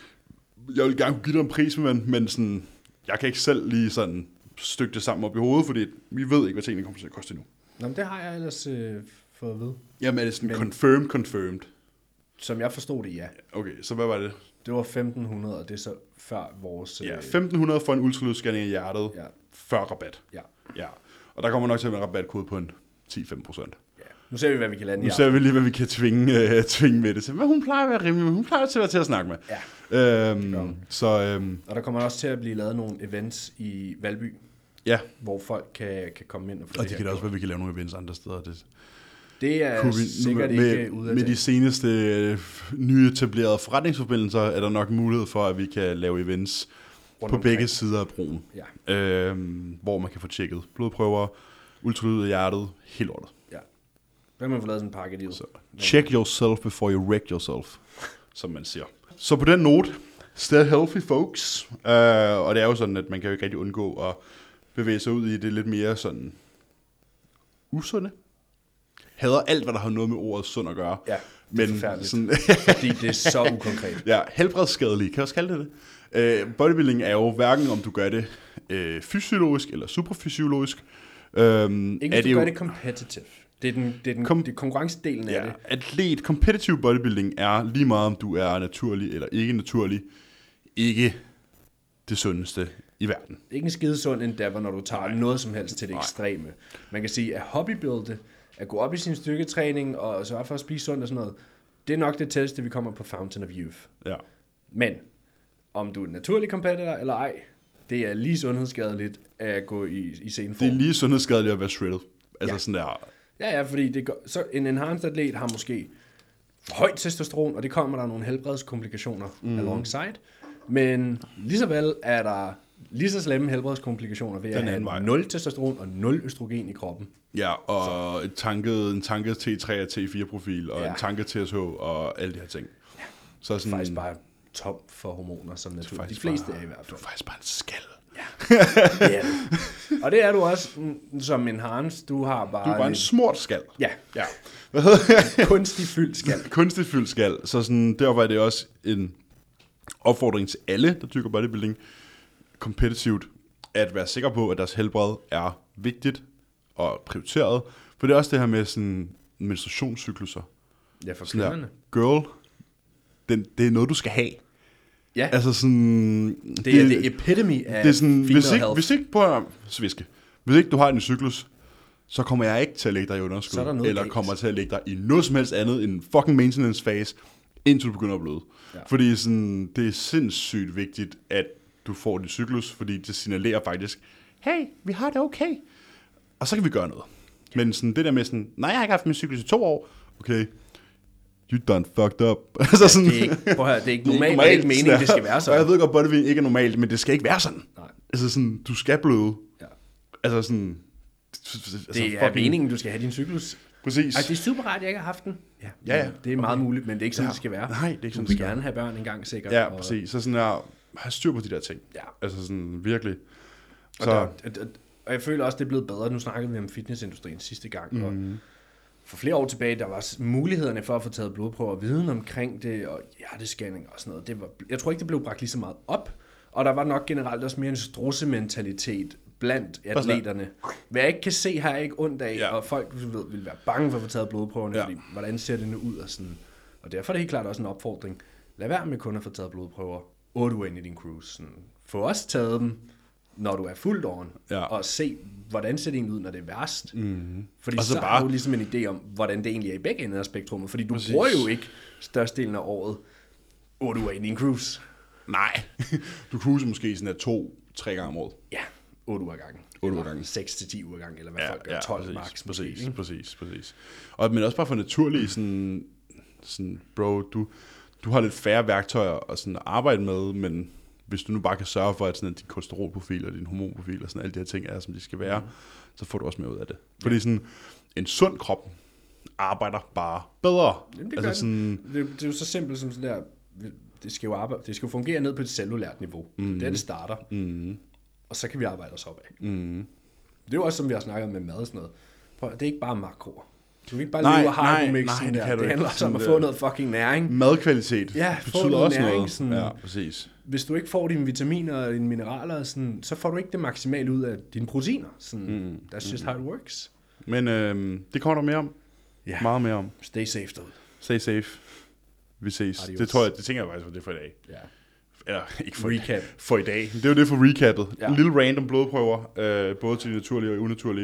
Speaker 2: jeg vil gerne give dig en pris, men, men sådan, jeg kan ikke selv lige sådan stykke det sammen op i hovedet, fordi vi ved ikke, hvad tingene kommer til at koste endnu.
Speaker 1: Nå, men det har jeg ellers øh, fået at vide.
Speaker 2: Jamen er det sådan
Speaker 1: men,
Speaker 2: confirmed, confirmed?
Speaker 1: Som jeg forstod det, ja.
Speaker 2: Okay, så hvad var det?
Speaker 1: Det var femten hundrede, og det er så før vores...
Speaker 2: Ja, femten hundrede for en ultralydsscanning i hjertet, ja. Før rabat.
Speaker 1: Ja.
Speaker 2: Ja. Og der kommer nok til at være en rabatkode på en ti til femten procent.
Speaker 1: Ja. Nu ser vi, hvad vi kan lande i.
Speaker 2: Nu ser vi lige, hvad vi kan tvinge, uh, tvinge med det til. Men hun plejer at være rimelig, men hun plejer til at være til at snakke med.
Speaker 1: Ja.
Speaker 2: Øhm, så, øhm,
Speaker 1: og der kommer også til at blive lavet nogle events i Valby.
Speaker 2: Ja.
Speaker 1: Hvor folk kan, kan komme ind og få
Speaker 2: og
Speaker 1: det
Speaker 2: det
Speaker 1: her
Speaker 2: kan da også
Speaker 1: gjort.
Speaker 2: være, at vi kan lave nogle events andre steder. Det,
Speaker 1: det er
Speaker 2: vi,
Speaker 1: sikkert
Speaker 2: med,
Speaker 1: ikke ud af
Speaker 2: Med
Speaker 1: det.
Speaker 2: de seneste øh, nye etablerede forretningsforbindelser, er der nok mulighed for, at vi kan lave events rundt på omkring. Begge sider af broen. Ja. Øhm, hvor man kan få tjekket blodprøver, ultralyd i hjertet, helt lortet.
Speaker 1: Ja. Der kan man få lavet sådan en pakke liv.
Speaker 2: Check yourself before you wreck yourself, som man siger. Så på den note, stay healthy folks. Uh, og det er jo sådan, at man kan jo ikke rigtig undgå at bevæge sig ud i det lidt mere sådan usunde. Hader alt, hvad der har noget med ordet sund at gøre.
Speaker 1: Ja, det er men forfærdeligt. Sådan fordi det er så ukonkret.
Speaker 2: Ja, helbredsskadeligt, kan jeg også kalde det det. Uh, bodybuilding er jo hverken, om du gør det uh, fysiologisk eller superfysiologisk. Um,
Speaker 1: ikke hvis
Speaker 2: er
Speaker 1: du
Speaker 2: det
Speaker 1: gør
Speaker 2: jo,
Speaker 1: det competitive. Det er, den, det er, den,
Speaker 2: kom,
Speaker 1: det er konkurrencedelen
Speaker 2: ja,
Speaker 1: af det.
Speaker 2: Atlet, competitive bodybuilding er lige meget, om du er naturlig eller ikke naturlig, ikke det sundeste i verden.
Speaker 1: Ikke en skidesund endeavor, når du tager Nej. noget som helst til det
Speaker 2: Nej.
Speaker 1: ekstreme. Man kan sige, at hobbybuilde, at gå op i sin styrketræning og sørge for at spise sundt og sådan noget, det er nok det tætteste, vi kommer på Fountain of Youth.
Speaker 2: Ja.
Speaker 1: Men om du er en naturlig competitor eller ej, det er lige sundhedsskadeligt at gå i, i senform.
Speaker 2: Det er lige sundhedsskadeligt at være shredded. Altså
Speaker 1: ja.
Speaker 2: sådan der.
Speaker 1: Ja, ja, fordi det går, så en enhanced atlet har måske højt testosteron, og det kommer der nogle helbredskomplikationer mm. alongside. Men lige så vel er der lige så slemme helbredskomplikationer ved at have nul testosteron og nul østrogen i kroppen.
Speaker 2: Ja, og et tanket, en tanket T tre og T fire profil, og ja. en tanket T S H og alle de her ting.
Speaker 1: Ja.
Speaker 2: Så sådan,
Speaker 1: faktisk bare top for hormoner, som naturligt. De fleste bare, er i hvert fald.
Speaker 2: Du er faktisk bare en skal.
Speaker 1: Ja, det er du. Og det er du også som en Hans. Du har bare...
Speaker 2: Du er bare en smurt skal.
Speaker 1: Ja.
Speaker 2: Ja.
Speaker 1: Kunstig fyldt skal.
Speaker 2: Kunstig fyldt skal. Så sådan, derfor er det også en opfordring til alle, der dyrker bodybuilding kompetitivt, at være sikker på, at deres helbred er vigtigt og prioriteret. For det er også det her med sådan menstruationscykluser.
Speaker 1: Ja, for kvinderne.
Speaker 2: Girl, den, det er noget, du skal have.
Speaker 1: Ja.
Speaker 2: Altså sådan...
Speaker 1: Det, det er det epitome af
Speaker 2: det er sådan,
Speaker 1: female
Speaker 2: hvis ikke,
Speaker 1: health.
Speaker 2: hvis ikke, på sviske, hvis ikke du har en cyklus, så kommer jeg ikke til at lægge dig i underskud, eller galt. kommer til at lægge dig i noget som helst andet end fucking maintenance phase, indtil du begynder at bløde. Ja. Fordi sådan, det er sindssygt vigtigt, at du får din cyklus, fordi det signalerer faktisk, hey, vi har det okay, og så kan vi gøre noget. Ja. Men sådan, det der med sådan, nej, jeg har ikke haft min cyklus i to år, okay, you done fucked up. altså sådan,
Speaker 1: det, er ikke, prøv at høre, det er ikke normalt, det er ikke meningen, det skal være sådan.
Speaker 2: Og jeg ved godt, bodybuilding ikke er normalt, men det skal ikke være sådan.
Speaker 1: Nej.
Speaker 2: Altså sådan, du skal bløde.
Speaker 1: Ja.
Speaker 2: Altså sådan... Altså
Speaker 1: det er fucking... meningen, du skal have din cyklus.
Speaker 2: Præcis.
Speaker 1: Altså, det er super rart, at jeg ikke har haft den. Ja,
Speaker 2: Ja, ja.
Speaker 1: Det er meget
Speaker 2: Okay.
Speaker 1: muligt, men det er ikke sådan,
Speaker 2: Ja.
Speaker 1: det skal være.
Speaker 2: Nej, det er ikke sådan,
Speaker 1: Du
Speaker 2: det
Speaker 1: vil
Speaker 2: skal
Speaker 1: gerne have børn engang, sikkert.
Speaker 2: Ja,
Speaker 1: og-
Speaker 2: præcis. Så sådan her, have styr på de der ting.
Speaker 1: Ja.
Speaker 2: Altså sådan virkelig.
Speaker 1: Og,
Speaker 2: Så,
Speaker 1: der, og, og, og jeg føler også, det er blevet bedre. Nu snakkede vi om fitnessindustrien sidste gang, mm. og for flere år tilbage, der var mulighederne for at få taget blodprøver og viden omkring det, og hjertescanning og sådan noget. Det var, jeg tror ikke, det blev bragt lige så meget op, og der var nok generelt også mere en strussementalitet blandt atleterne. Hvad jeg ikke kan se, har jeg ikke ondt af,
Speaker 2: Ja.
Speaker 1: og folk ved, vil være bange for at få taget blodprøverne,
Speaker 2: Ja.
Speaker 1: fordi hvordan ser det nu ud? Og, sådan. Og derfor er det helt klart også en opfordring. Lad være med kun at få taget blodprøver otte uger ind i din cruise. Sådan. Få også taget dem, når du er fuldt on,
Speaker 2: Ja.
Speaker 1: og se, hvordan ser det egentlig ud, når det er værst.
Speaker 2: mm-hmm.
Speaker 1: Fordi
Speaker 2: Og
Speaker 1: så,
Speaker 2: så
Speaker 1: så
Speaker 2: bare-
Speaker 1: har du ligesom en idé om, hvordan det egentlig er i begge ender af spektrummet. Fordi du
Speaker 2: Præcis.
Speaker 1: bruger jo ikke størstedelen af året otte uger ind i en cruise.
Speaker 2: Nej. Du cruiser måske sådan her to, tre gange om året.
Speaker 1: Ja, otte uger gang.
Speaker 2: Otte uger gang.
Speaker 1: seks til ti uger gang, eller hvad folk gør, tolv
Speaker 2: præcis,
Speaker 1: max.
Speaker 2: præcis,
Speaker 1: Måske,
Speaker 2: præcis, præcis. Og, men også bare for naturligt, sådan, sådan, bro, du, du har lidt færre værktøjer at sådan arbejde med, men hvis du nu bare kan sørge for, at, sådan, at din kolesterolprofil og din hormonprofil og sådan alle de her ting er, som de skal være, mm. så får du også mere ud af det. Fordi sådan, en sund krop arbejder bare bedre.
Speaker 1: Jamen, det,
Speaker 2: altså
Speaker 1: altså
Speaker 2: sådan,
Speaker 1: det, det er jo så simpelt som sådan der, det skal jo, arbejde, det skal jo fungere ned på et cellulært niveau. Mm. Det er det starter.
Speaker 2: mm,
Speaker 1: Og så kan vi arbejde os opad.
Speaker 2: mm,
Speaker 1: Det er jo også, som vi har snakket med mad og sådan noget. Prøv, det er ikke bare makroer. Du kan ikke bare
Speaker 2: Nej,
Speaker 1: leve og
Speaker 2: nej,
Speaker 1: harmomix
Speaker 2: nej,
Speaker 1: sådan
Speaker 2: det
Speaker 1: der.
Speaker 2: kan du
Speaker 1: Det
Speaker 2: ikke.
Speaker 1: handler også om at
Speaker 2: Sådan
Speaker 1: få
Speaker 2: der.
Speaker 1: noget fucking næring.
Speaker 2: madkvalitet
Speaker 1: Ja, få
Speaker 2: betyder
Speaker 1: noget
Speaker 2: også
Speaker 1: næring,
Speaker 2: noget.
Speaker 1: sådan-
Speaker 2: Ja, præcis.
Speaker 1: Hvis du ikke får dine vitaminer og dine mineraler, sådan, så får du ikke det maksimale ud af dine proteiner. Sådan,
Speaker 2: Mm.
Speaker 1: That's just how it works.
Speaker 2: Men øhm, det kommer der mere om.
Speaker 1: Ja.
Speaker 2: Meget mere om.
Speaker 1: Stay safe derude.
Speaker 2: Stay safe. Vi ses.
Speaker 1: Adios.
Speaker 2: Det tror jeg, det tænker jeg faktisk for det for i dag.
Speaker 1: Ja.
Speaker 2: Eller ikke for,
Speaker 1: Recap.
Speaker 2: for i dag. Det er jo det for recappet.
Speaker 1: Ja.
Speaker 2: Ja. En lille random blodprøver, øh, både til de naturlige og unaturlige.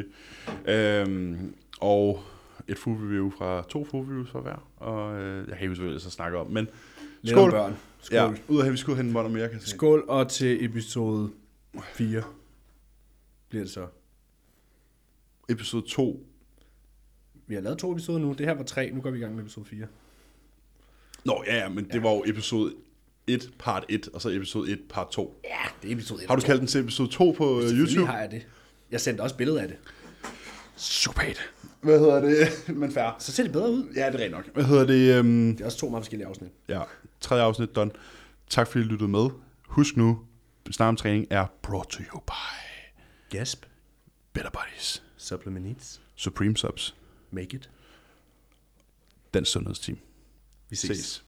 Speaker 2: Øhm, og et food review fra to food reviews fra hver. Og øh, jeg kan ikke huske, hvad jeg så snakker om. Men
Speaker 1: Lidt om
Speaker 2: skål.
Speaker 1: børn. Skål.
Speaker 2: Ja, ud af, vi skulle hen, hvor der mere kan se.
Speaker 1: Skål, og til episode fire bliver det så.
Speaker 2: Episode to.
Speaker 1: Vi har lavet to episoder nu. Det her var tre. Nu går vi i gang med episode fire.
Speaker 2: Nå, ja, ja, men det var jo episode et, part et, og så episode et, part to.
Speaker 1: Ja, det er episode et.
Speaker 2: Har du kaldt den til episode to på øh, YouTube?
Speaker 1: har jeg det. Jeg sendte også billeder af det.
Speaker 2: Superpæt. Hvad hedder det? Men fair.
Speaker 1: Så ser det bedre ud.
Speaker 2: Ja, det er rent nok. Hvad hedder det? Øhm,
Speaker 1: Det er også to meget forskellige afsnit.
Speaker 2: ja, tredje afsnit done. Tak fordi I lyttede med. Husk nu, Snak om Træning er brought to you by
Speaker 1: Gasp.
Speaker 2: Better Buddies,
Speaker 1: Supplement needs.
Speaker 2: Supreme Subs,
Speaker 1: Make it.
Speaker 2: Dansk Sundhedsteam.
Speaker 1: Vi ses.
Speaker 2: Ses.